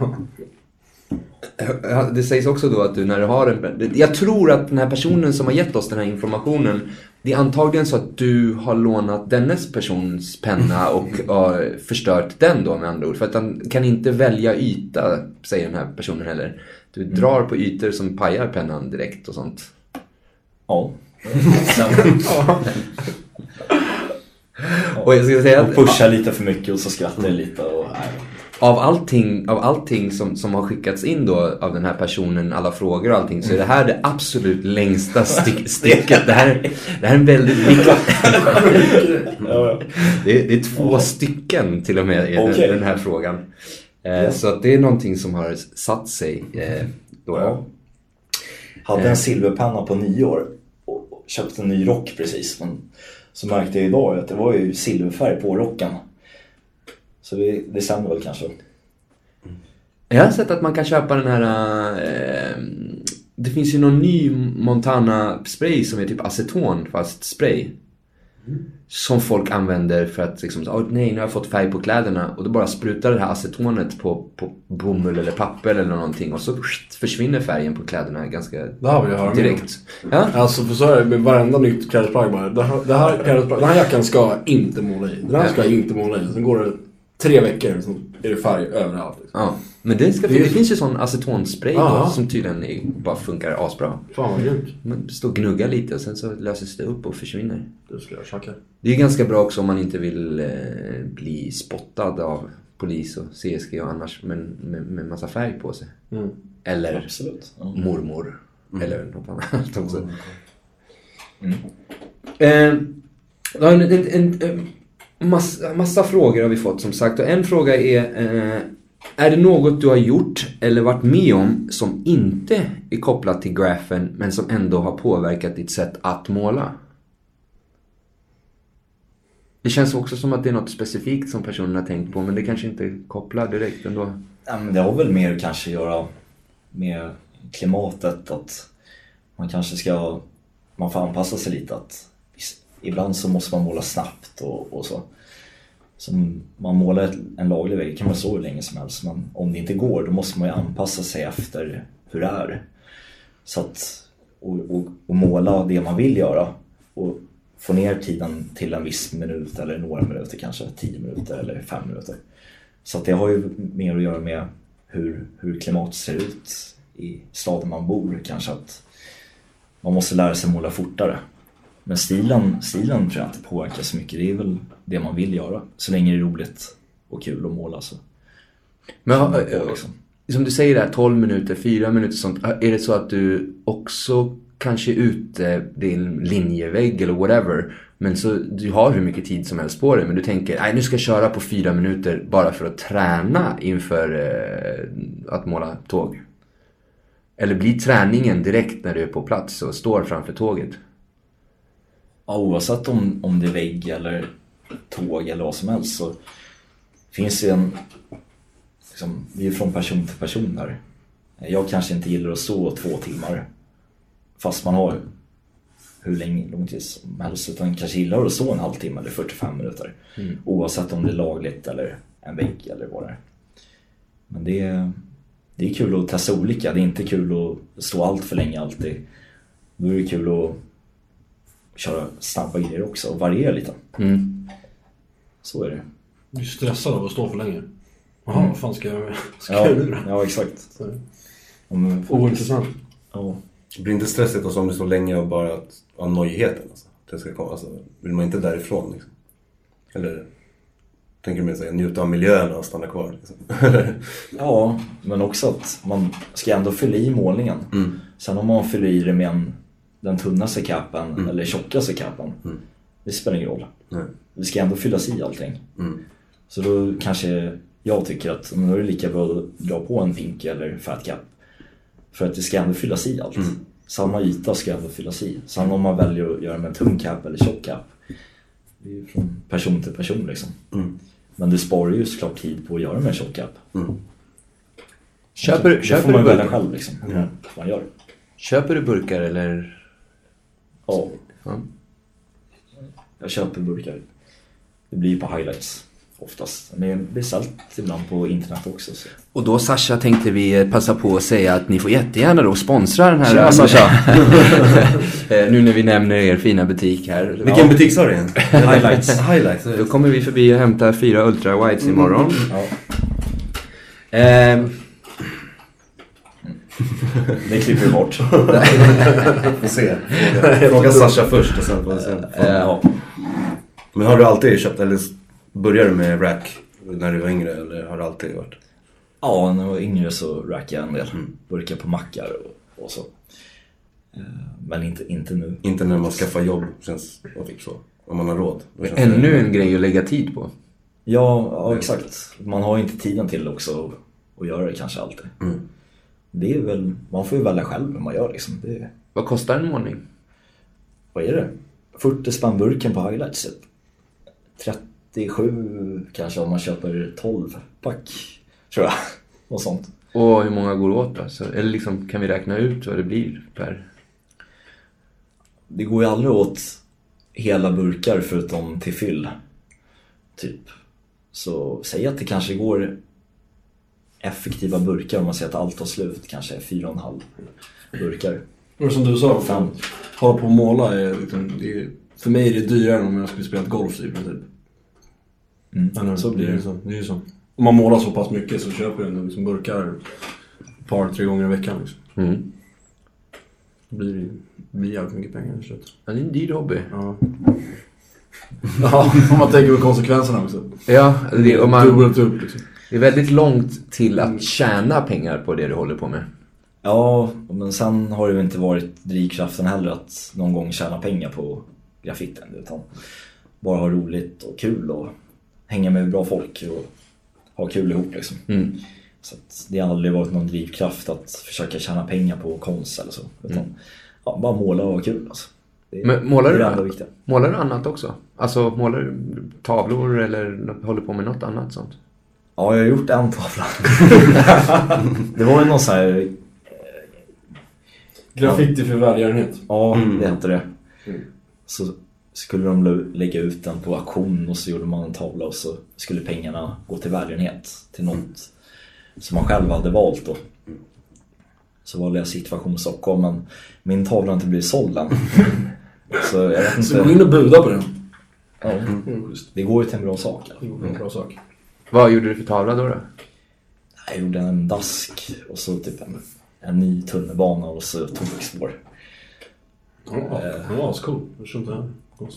Det sägs också då att du när du har en... Jag tror att den här personen som har gett oss den här informationen, det är antagligen så att du har lånat dennes persons penna och har förstört den då med andra ord. För att han kan inte välja yta, säger den här personen heller. Du mm. drar på ytor som pajar pennan direkt och sånt. Ja. Och jag ska säga att... Och pusha lite för mycket och så skrattar det lite och... av allting, av allting som, som har skickats in då av den här personen, alla frågor och allting, så är det här det absolut längsta stick, sticket. Det här, det här är en väldigt viktig... det, är, det är två stycken till och med i okay. den, den här frågan. Eh, ja. Så att det är någonting som har satt sig eh, då. Ja. Hade en silverpenna på nyår och köpte en ny rock precis, men så märkte jag idag att det var ju silverfärg på rocken. Så det, det stämmer väl kanske. Jag har sett att man kan köpa den här... Eh, det finns ju någon ny Montana spray som är typ aceton fast spray. Mm. Som folk använder för att liksom, oh, nej, nu har jag fått färg på kläderna. Och då bara sprutar det här acetonet på, på bomull eller papper eller någonting. Och så försvinner färgen på kläderna ganska det har vi höra direkt. Ja? Alltså för så är det med varenda nytt klädesplagg bara. Det här, det här, klädesplagg, den här jackan ska jag inte måla i. Den här ska jag inte måla i. Sen går det tre veckor så är det färg överallt. Liksom. Ja, men det, ska, det, det finns ju sån acetonspray då, som tydligen är, bara funkar asbra. Fan vad grymt. Man står och gnuggar lite och sen så löses det upp och försvinner. Det ska jag checka. Det är ganska bra också om man inte vill eh, bli spottad av polis och C S G och annars men med, med massa färg på sig. Mm. Eller absolut. Mm. mormor. Mm. Eller något annat också. Mm. Eh, en, en, en, en massa, massa frågor har vi fått som sagt. Och en fråga är eh, är det något du har gjort eller varit med om som inte är kopplat till grafen men som ändå har påverkat ditt sätt att måla? Det känns också som att det är något specifikt som personen har tänkt på, men det kanske inte kopplar direkt ändå. Ja, men det har väl mer kanske göra med klimatet, att man kanske ska, man får anpassa sig lite, att ibland så måste man måla snabbt och, och så. Som man målar en laglig vägg kan man så hur länge som helst, men om det inte går då måste man ju anpassa sig efter hur det är. Så att, och, och, och måla det man vill göra och få ner tiden till en viss minut eller några minuter, kanske tio minuter eller fem minuter. Så att det har ju mer att göra med hur, hur klimatet ser ut i staden man bor. Kanske att man måste lära sig måla fortare. Men stilen, stilen tror jag inte påverkar så mycket. Det är väl det man vill göra. Så länge det är roligt och kul att måla så. Men så på, liksom. Som du säger där, tolv minuter, fyra minuter sånt. Är det så att du också kanske ute din linjevägg eller whatever, men så du har hur mycket tid som helst på dig, men du tänker, nej nu ska jag köra på fyra minuter bara för att träna inför eh, att måla tåg? Eller blir träningen direkt när du är på plats och står framför tåget? Ja, oavsett om, om det är vägg eller tåg eller vad som helst, så finns det en liksom, vi är från person till person där. Jag kanske inte gillar att stå två timmar fast man har hur länge, lång tid som helst, utan kanske gillar att stå en halvtimme eller fyrtiofem minuter. Mm. Oavsett om det är lagligt eller en vägg eller vad det är. Men det är, det är kul att testa olika. Det är inte kul att stå allt för länge alltid. Då är det kul att köra snabba grejer också och variera lite. Mm. Så är det. Du är stressad av att stå för länge. Jaha, mm. vad fan ska jag, ska ja, jag nu då? Ja, exakt. Om, ointressant. Ja. Det blir inte stressigt och så om det står länge och bara att ha nöjheten. Alltså. Det ska komma, alltså, vill man inte därifrån liksom. Eller tänker du mig säga njuta av miljön och stanna kvar liksom. Ja, men också att man ska ändå fylla i målningen. Mm. Sen om man fyller i det med en, den tunnaste kappen mm. eller tjockaste kappen, mm. det spelar ingen roll. Mm. Det ska ändå fyllas i allting. Mm. Så då kanske jag tycker att nu är det lika bra att dra på en pink eller fat cap. För att det ska ändå fyllas i allt. Mm. Samma yta ska ändå fyllas i. Sen om man väljer att göra med en tung cap eller tjock cap, det är ju från person till person liksom. Mm. Men det sparar ju såklart tid på att göra med en tjock cap. Mm. Köper, det köper får man du välja själv liksom. Mm. Vad man gör. Köper du burkar eller? Ja. ja. Jag köper burkar. Det blir på highlights oftast. Men det blir sålt ibland på internet också. Så. Och då Sasha tänkte vi passa på att säga att ni får jättegärna då sponsra den här. Ja, Sasha. Nu när vi nämner er fina butik här. Vilken ja. butik sa du igen? Highlights. Highlights. Då kommer vi förbi och hämta fyra Ultra Whites imorgon. Mm. Ja. Ehm. Det klipper vi bort. Får se. Fråga, Fråga Sasha först och sen får vi se. Ja. Men har du alltid köpt, eller börjar du med rack när du var yngre, eller har det alltid varit? Ja, när jag var yngre så rackade jag en del. Mm. Burkar på mackar och, och så. Men inte, inte nu. Inte när man skaffar jobb, känns och fick så. Om man har råd. Ännu en grej att lägga tid på. Ja, ja, exakt. Man har inte tiden till också att göra det kanske alltid. Mm. Det är väl, man får ju välja själv hur man gör liksom. Det är... Vad kostar en målning? Vad är det? fyrtio spänn burken på highlights. trettiosju kanske om man köper tolv pack, tror jag. Och sånt. Och hur många går åt då? Så, eller liksom, kan vi räkna ut vad det blir per? Det går ju aldrig åt hela burkar förutom till fyll. Typ. Så säg att det kanske går effektiva burkar om man säger att allt tar slut. Kanske är fyra och en halv burkar. Och som du sa, fan, hålla på och måla är, liksom, det är, för mig är det dyrare än om jag skulle spela ett golf i princip. Mm. Men, så blir det, så, det är ju så. Om man målar så pass mycket så köper jag liksom burkar ett par, tre gånger i veckan. Liksom. Mm. Det blir, det blir jävligt mycket pengar i slut. Ja, det är en dyr hobby. Ja. Ja, om man tänker på konsekvenserna också. Ja, det, och man, dubbelt upp liksom. Det är väldigt långt till att tjäna pengar på det du håller på med. Ja, men sen har det ju inte varit drivkraften heller att någon gång tjäna pengar på graffiten. Utan bara ha roligt och kul och hänga med bra folk och ha kul ihop liksom. Mm. Så att det har aldrig varit någon drivkraft att försöka tjäna pengar på konst eller så. Utan mm. ja, bara måla och ha kul alltså. Det är, men målar det du, är det viktiga. Målar du annat också? Alltså målar du tavlor eller håller på med något annat sånt? Ja, jag har gjort en tavla. Det var ju någon så här... Eh, graffiti för välgörenhet. Ja, mm. det hette det. Mm. Så skulle de lägga ut den på auktion och så gjorde man en tavla och så skulle pengarna gå till välgörenhet. Till något som man själv hade valt då. Så valde jag Situation Stockholm, men min tavla har inte blivit såld än. Så jag vet inte... Så gå in och buda på den. Ja, mm. Det går ju till en bra sak. Mm. En bra sak. Vad gjorde du för tavla då då? Jag gjorde en dask och så typ en, en ny tunnelbana och så tågspår. Ja, det var så cool. Jag tror inte det här.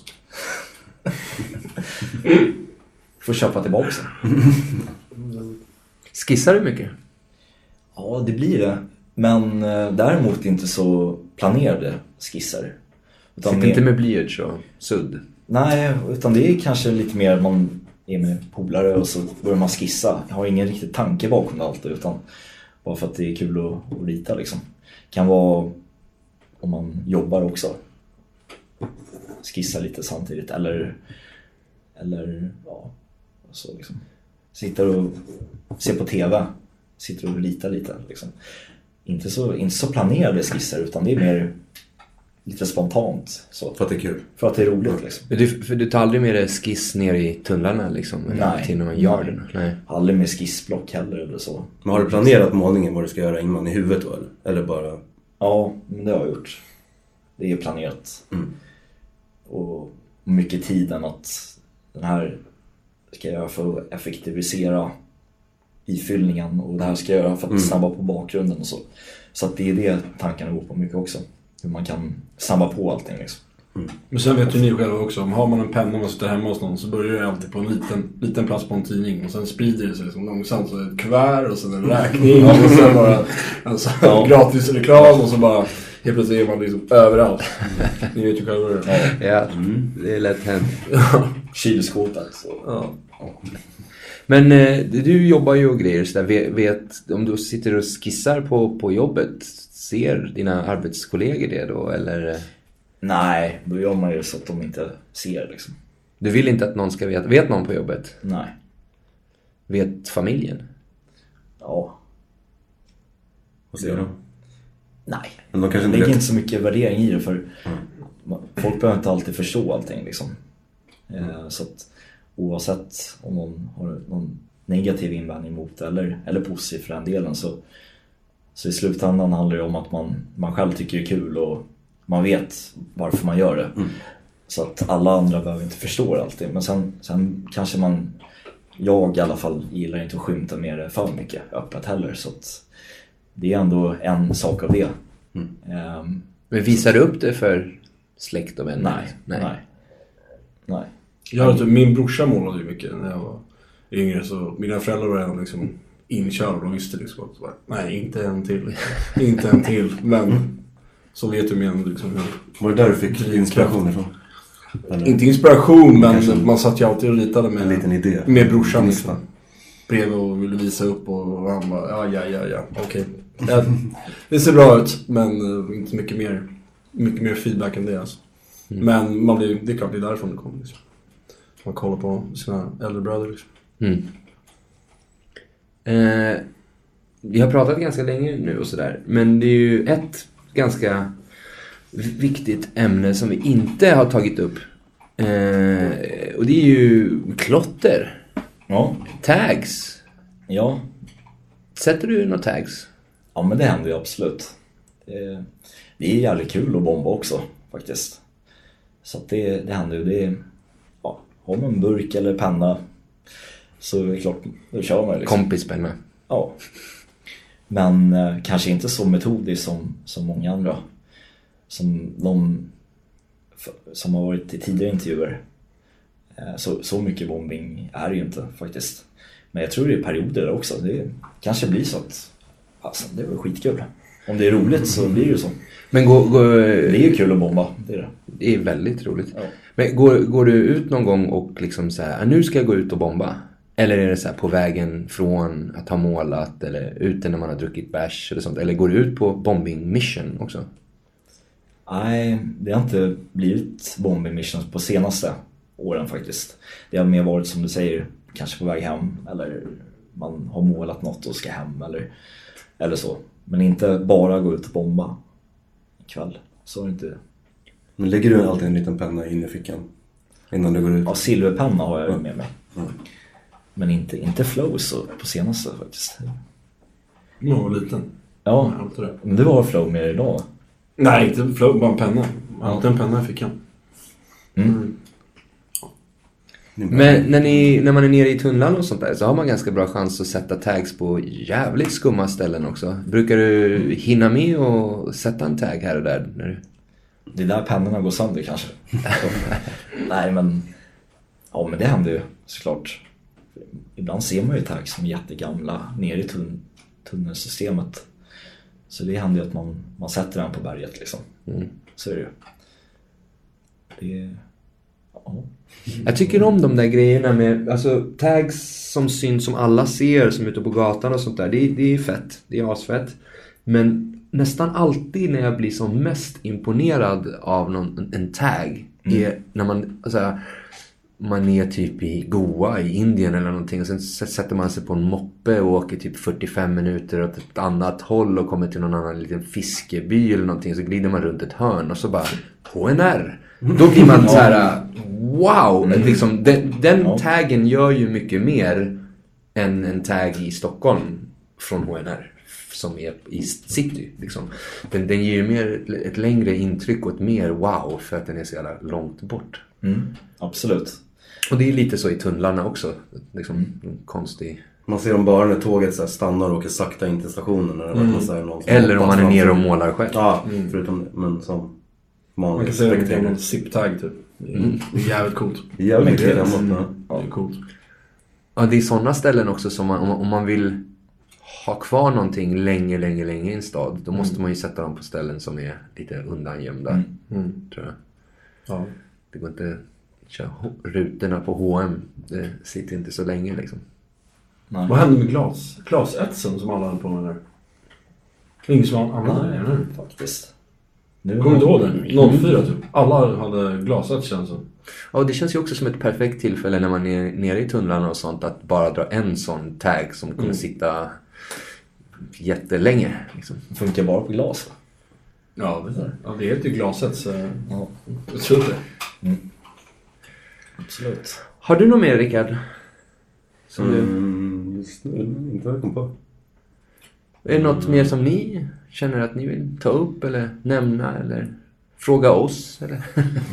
Får köpa tillbaka sen. Skissar du mycket? Ja, det blir det. Men eh, däremot inte så planerade skisser. Utan Sitt mer... inte med blyerts och sudd? Nej, utan det är kanske lite mer man är med polare och så börjar man skissa. Jag har ingen riktig tanke bakom det alltid, utan bara för att det är kul att, att rita liksom. Kan vara om man jobbar också. Skissa lite samtidigt eller eller ja, så liksom. Sitter och ser på tv, sitter och ritar lite liksom. Inte så inte så planerade skisser, utan det är mer lite spontant så. För att det är kul. För att det är roligt liksom. Du, för du tar aldrig med dig skiss ner i tunnlarna liksom? Nej. Till någon garden? Nej. Aldrig med skissblock heller eller så. Men har du planerat målningen vad du ska göra innan i huvudet då eller? Eller bara... Ja, men det har jag gjort. Det är planerat. Mm. Och mycket tiden att den här ska jag göra för att effektivisera ifyllningen och det här ska jag göra för att mm. snabba på bakgrunden och så. Så att det är det tankarna går på mycket också. Hur man kan snabba på allting liksom. Mm. Men sen vet ju ni själva också, om har man en penna och man sitter hemma hos någon så börjar det alltid på en liten, liten plats på en tidning och sen sprider det sig liksom långsamt så ett kuvert och sen en räkning och sen bara en sån ja. gratis reklam och så bara helt plötsligt är man liksom överallt. Ni vet ju själva det. Ja, ja mm. det är lätt hänt. Kylskåp alltså. Ja. Men eh, du jobbar ju och grejer så där, vet, vet om du sitter och skissar på, på jobbet, ser dina arbetskollegor det då eller? Nej, då gör man ju så att de inte ser liksom. Du vill inte att någon ska veta, vet någon på jobbet? Nej. Vet familjen? Ja. Vad säger de? Nej. Men de kanske inte det ligger vet. inte så mycket värdering i det för mm. folk behöver inte alltid förstå allting liksom. Mm. Eh, så att oavsett om någon har någon negativ invändning mot det eller, eller positiv för den delen så, så i slutändan handlar det om att man, man själv tycker det är kul och man vet varför man gör det. Mm. Så att alla andra behöver inte förstå det alltid. Men sen, sen kanske man, jag i alla fall gillar inte att skymta med det för mycket öppet heller. Så att det är ändå en sak av det. Mm. Um, Men visar du upp det för släkt och vänner? Nej, nej. nej. nej. Jag hade, min brorsa målade ju mycket när jag var yngre så mina föräldrar var redan liksom inkörda och de visste liksom att bara, nej, inte en till. Inte en till. Men så vet du men liksom. Var det där du fick inspiration ifrån? Eller? Inte inspiration, men Kanske man satt ju alltid och ritade med en liten idé. Med brorsan liksom. Bredvid och ville visa upp och han bara, ja, ja, ja, ja, okej. Okay. Ja, det ser bra ut, men uh, inte mycket mer mycket mer feedback än det alltså. Mm. Men man blir, det är klart det är därifrån det kommer liksom. Man kollar på sina äldre bröder liksom. Mm. Eh, vi har pratat ganska länge nu och sådär, men det är ju ett ganska viktigt ämne som vi inte har tagit upp. Eh, och det är ju klotter. Ja. Tags. Ja. Sätter du några tags? Ja, men det händer ju absolut. Det, det är jävligt kul att bomba också faktiskt. Så att det, det händer ju. Det är, ja, har man en burk eller penna så är det klart, då kör man liksom. Kompispenna. Ja. Men eh, kanske inte så metodiskt som, som många andra. Som de som har varit i tidigare intervjuer. Eh, så, så mycket bombing är det ju inte faktiskt. Men jag tror det är perioder också. Det kanske blir så att alltså, det var skitkul. Om det är roligt så blir det ju så. Men går, går, det är ju kul att bomba, det är det. Det är väldigt roligt. Ja. Men går, går du ut någon gång och liksom så här, nu ska jag gå ut och bomba? Eller är det så här på vägen från att ha målat eller ute när man har druckit bärs eller sånt? Eller går du ut på bombing mission också? Nej, det har inte blivit bombing missions på senaste åren faktiskt. Det har mer varit som du säger, kanske på väg hem eller man har målat något och ska hem eller, eller så. Men inte bara gå ut och bomba ikväll. Så är det inte. Men lägger du alltid en liten penna in i fickan innan du går ut? Ja, silverpenna har jag med mig. Mm. Men inte, inte flow så på senaste faktiskt. Jag var liten. Ja, men du har flow med idag. Nej, inte flow, bara en penna. Alltid en penna i fickan. Mm. Mm. Men när, ni, när man är nere i tunnlan och sånt där så har man ganska bra chans att sätta tags på jävligt skumma ställen också. Brukar du hinna med och sätta en tag här och där? När du... Det är där pennorna går sönder kanske. Nej, men ja, men det händer ju såklart. Ibland ser man ju tags som är jättegamla nere i tun- tunnelsystemet. Så det händer ju att man, man sätter den på berget liksom. Mm. Så är det ju. Det är... Ja. Jag tycker om de där grejerna med alltså, tags som syns som alla ser som är ute på gatan och sånt där. Det, det är fett, det är asfett. Men nästan alltid när jag blir som mest imponerad av någon, en tag mm. är när man, alltså, man är typ i Goa i Indien eller någonting och sen sätter man sig på en moppe och åker typ fyrtiofem minuter åt ett annat håll och kommer till någon annan liten fiskeby eller någonting, så glider man runt ett hörn och så bara H N R. Då blir man så här wow, mm. liksom, den, den ja. taggen gör ju mycket mer än en tag i Stockholm från H N R som är i city liksom. Den, den ger ju mer ett längre intryck och ett mer wow för att den är så jävla långt bort. Mm, absolut. Och det är lite så i tunnlarna också liksom, mm. konstig. Man ser dem bara när tåget så här stannar och åker sakta in till stationen eller, mm. man säger någon eller om man är nere och målar själv. Ja, mm. förutom men som man kan säga att det är en zip-tag typ. Mm. Det är jävligt coolt. Jävligt det, det, ja, det är coolt. Ja, det är sådana ställen också som man, om man vill ha kvar någonting länge, länge, länge i en stad, då måste mm. man ju sätta dem på ställen som är lite undangömda, mm. Mm. tror jag. Ja. Det går inte att köra rutorna på H och M. Det sitter inte så länge liksom. Nej. Vad hände med glas? Glasetsen som alla hade på med där? Ingen som använde det nu faktiskt. Nu kommer du ihåg det? noll fyra typ. Alla hade glasets känns som. Ja, det känns ju också som ett perfekt tillfälle när man är nere i tunnlarna och sånt att bara dra en sån tag som kommer mm. sitta jättelänge. Liksom. Det funkar bara på glas, va? Ja, det är, ja, det heter ju glasets. Ja, jag tror det. Mm. Absolut. Har du något mer, Rickard? Som mm, du... Just nu, inte vad jag kom på. Är det något mm. mer som ni känner att ni vill ta upp eller nämna eller fråga oss? Eller?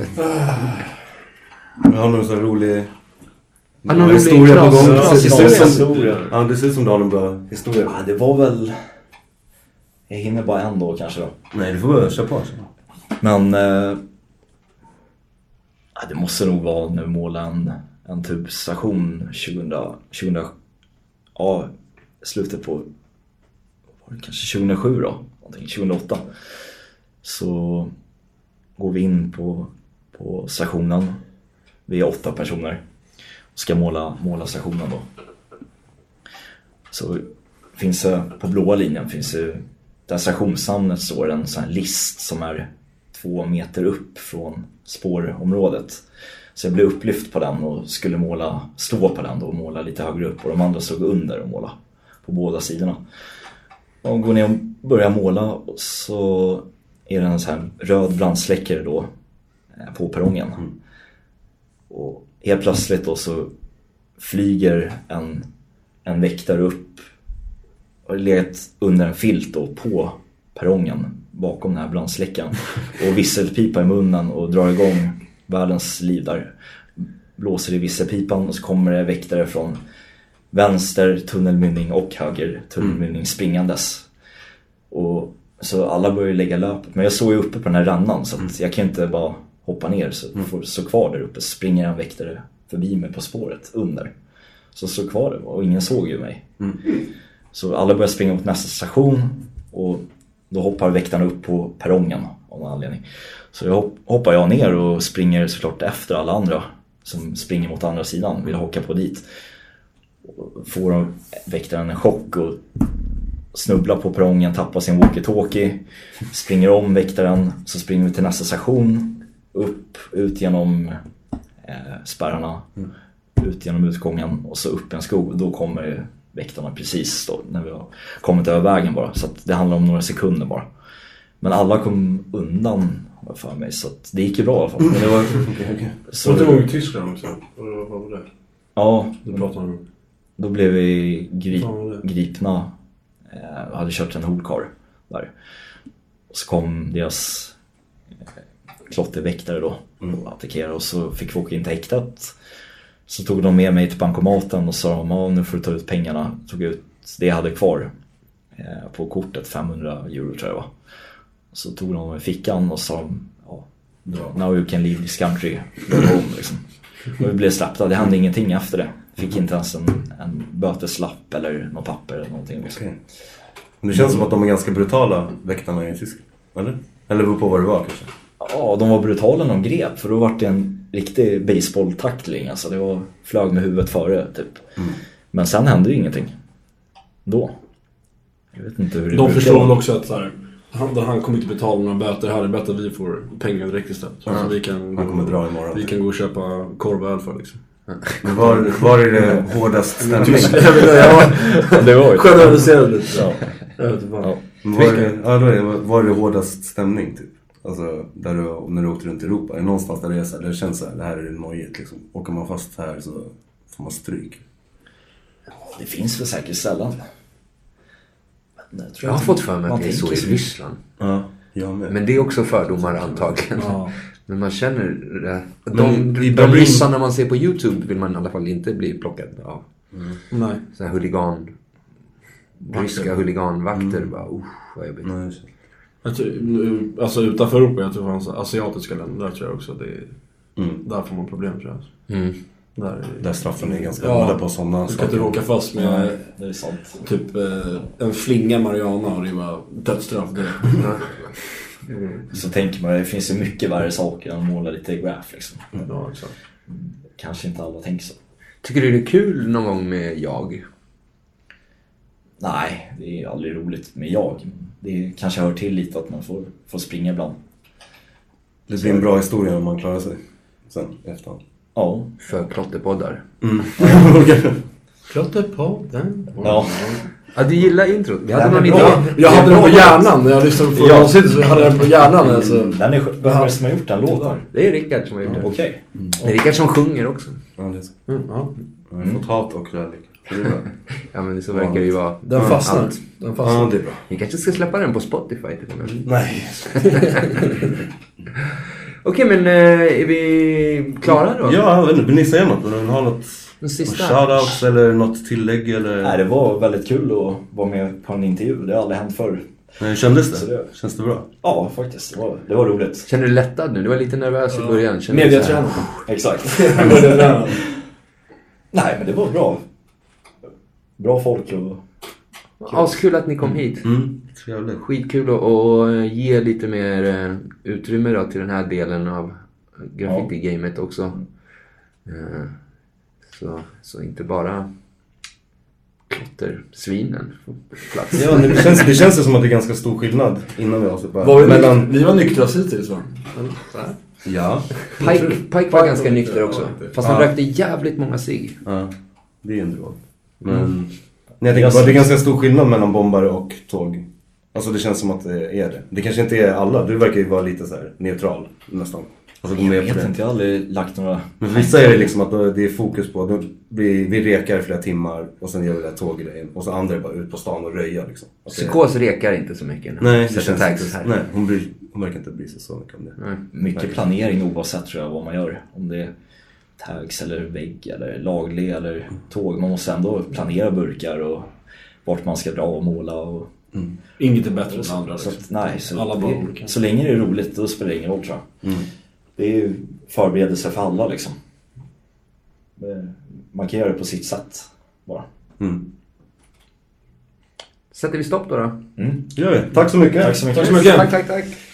Jag har någon sån rolig ja, någon historia på gång. Ja, det, ser som, historia. Ja, det ser ut som du har en bra historia. Ja, det var väl... Jag hinner bara en då kanske då. Nej, du får bara köra på. Men... Eh... Ja, det måste nog vara när vi målade en, en tubstation tjugo tjugo, ja, slutet på var det kanske tjugohundrasju då, någonting, tjugohundraåtta. Så går vi in på, på stationen. Vi är åtta personer och ska måla, måla stationen då. Så finns det på blåa linjen, finns det, där stationsnamnet står en sån här list som är två meter upp från spårområdet. Så jag blev upplyft på den och skulle måla, stå på den då och måla lite högre upp. Och de andra stod under och måla på båda sidorna. Och går ner och börjar måla och så är det en sån här röd brandsläckare då på perrongen. Mm. Och helt plötsligt då så flyger en, en väktare upp och legat under en filt då på perrongen bakom den här brandsläckaren och visselpipa i munnen och drar igång världens liv där. Blåser i visselpipan och så kommer det väktare från vänster tunnelmynning och höger tunnelmynning springandes. Och så alla börjar lägga löpet. Men jag såg ju uppe på den här rannan så att jag kan inte bara hoppa ner. Så jag får stå kvar där uppe. Springer en väktare förbi mig på spåret under. Så stod kvar där och ingen såg ju mig. Mm. Så alla börjar springa mot nästa station. Och då hoppar väktarna upp på perrongen av någon anledning. Så jag hoppar jag ner och springer såklart efter alla andra som springer mot andra sidan. Vill hocka på dit. Och får väktaren en chock och snubblar på perrongen, tappar sin walkie-talkie, springer om väktaren, så springer vi till nästa station, upp, ut genom eh, spärrarna, mm. ut genom utgången och så upp en skog. Då kommer väktarna precis då, när vi har kommit över vägen bara. Så att det handlar om några sekunder bara. Men alla kom undan för mig, så att det gick ju bra i alla fall. Men det var, okay, okay. Så det var i Tyskland också? Vad var det? Ja, du pratade om. Då blev vi grip, gripna. Jag hade kört en holkar där. Och så kom deras klotterväktare då och attackerade, och så fick vi åka in till häktet. Så tog de med mig till bankomaten och sa ja, nu får du ta ut pengarna. Tog ut det jag hade kvar på kortet, femhundra euro tror jag var. Så tog de med fickan och sa ja, now you can leave this country home liksom. Och vi blev släppta, det hände ingenting efter det. Fick inte ens en, en böteslapp eller något papper eller någonting liksom. Okay. Det känns som att de är ganska brutala väktarna i Tyskland, eller? Eller beror på vad det var kanske? Ja, de var brutala när de grep, för då var det en riktig baseballtackling. Alltså det var flög med huvudet före typ. Mm. Men sen hände ju ingenting. Då. Jag vet inte hur det de förstår väl också att så här, han, han kommer inte betala några böter här. Det är bättre att vi får pengar direkt istället. Så ja. vi kan, han kommer gå, dra imorgon. Vi kan gå och köpa korv och öl för liksom. Men var, var är det hårdast stämning? Det var generaliserat lite. Ja. Jag vet inte vad. Ja. Var, det, ja, då är det, var är det hårdast stämning typ? Alltså där du, när du åkte runt i Europa. Är det någonstans där det är så här, där det känns så här, det här är det nojigt liksom. Åker man fast här så får man stryk. Ja, det finns väl säkert sällan. Men jag, tror jag har fått för mig att det är så i Ryssland. Ja, jag med. Men det är också fördomar antagligen. Ja. Men man känner det. De, Men, de, de ryssarna man ser på YouTube vill man i alla fall inte bli plockad av. Mm. Nej. Så här huligan, ryska huliganvakter. Mm. Bara, usch, vad jobbigt. Nej. Jag tror, alltså utanför Europa, jag tror det fanns asiatiska länder, där tror jag också det är, mm. där får man problem tror jag. Mm. Där, där straffen är ganska ja, hårda på sådana. Du ska inte råka fast med ja, det är sant. Typ eh, en flinga marijuana och det var dödsstraff. Det. Mm. Så tänker man, det finns ju mycket värre saker än att måla lite graf liksom. Mm. Ja, exakt. Kanske inte alla tänker så. Tycker du det är kul någon gång med jag? Nej, det är aldrig roligt med jag. Det kanske hör till lite att man får, får springa ibland. Det blir en bra historia om man klarar sig sen efterhand. Ja. För klotterpoddar. Mm. Klotterpodden? Ja. Ja, du gillar introt. Vi hade den någon idé. Jag hade den på hjärnan när jag lyssnade på ja. avsnittet, så jag hade den på hjärnan. Alltså. Den är, vem är det som har gjort den låten? Det är Rickard som har gjort den. Ja, okej. Okay. Mm. Det är Rickard som sjunger också. Ja, det är så. Mm, ja. Jag har fått hat och kärlek. Ja, men så verkar det ju vara. Den fastnar. Den fastnar. Ja, det är bra. Vi kanske ska släppa den på Spotify till och med. Nej. Okej, men är vi klara då? Ja, jag vet inte. Vill ni säga något? Vill ni ha något? Den sista. Shoutouts eller något tillägg? Eller? Nej, det var väldigt kul att vara med på en intervju. Det har aldrig hänt förr. Men hur kändes det? Så det- Känns det bra? Ja, faktiskt. Det var, det var roligt. Känner du dig lättad nu? Du var lite nervös i början. Känner du så här- Mediatränare. Exakt. Mediatränare. Nej, men det var bra. Bra folk och... Askul att ni kom hit. Mm, trevligt. Skitkul att att ge lite mer eh, utrymme då till den här delen av graffiti-gamet också. Eh, Så, så inte bara klottersvinen får plats. Ja, det känns, det känns ju som att det är ganska stor skillnad innan vi avslutar. Var vi, Mellan... Mellan... vi var nyktra hittills va? Eller så här. Ja. Pike, Pike var ganska nykter också. Ja, Fast han Ja. rökte jävligt många cigg. Ja, det är ju en drog. Men... Nej, jag Jag tänker bara, ser- det är ganska stor skillnad mellan bombare och tåg. Alltså det känns som att det är det. Det kanske inte är alla. Du verkar ju vara lite så här neutral nästan. Alltså gå Jag med på vet det. inte, jag har aldrig lagt några... Men för vissa är det liksom att då- det är fokus på då vi, vi rekar i flera timmar och sen gör vi det här tåggrejen. Och så andra är bara ut på stan och röja liksom. Att det- Psykos rekar inte så mycket. Nej, det Sätter känns tags inte, här. nej hon, bryr, hon verkar inte bry sig så mycket om det. Nej. Mycket planering oavsett tror jag vad man gör. Om det är tags eller vägg eller lagled eller tåg. Man måste ändå planera burkar och vart man ska dra och måla. Och, Inget är bättre än andra. så Liksom. att, nej, så, Alla bara det, olika. så länge det är roligt då spelar det ingen roll tror jag. Mm. Det är ju förberedelse för alla liksom. Det- Man kan göra det på sitt sätt bara. Mm. Sätter vi stopp då då? Mm. Gör vi. Tack så mycket. Tack så mycket. Tack så mycket. Tack, tack, tack.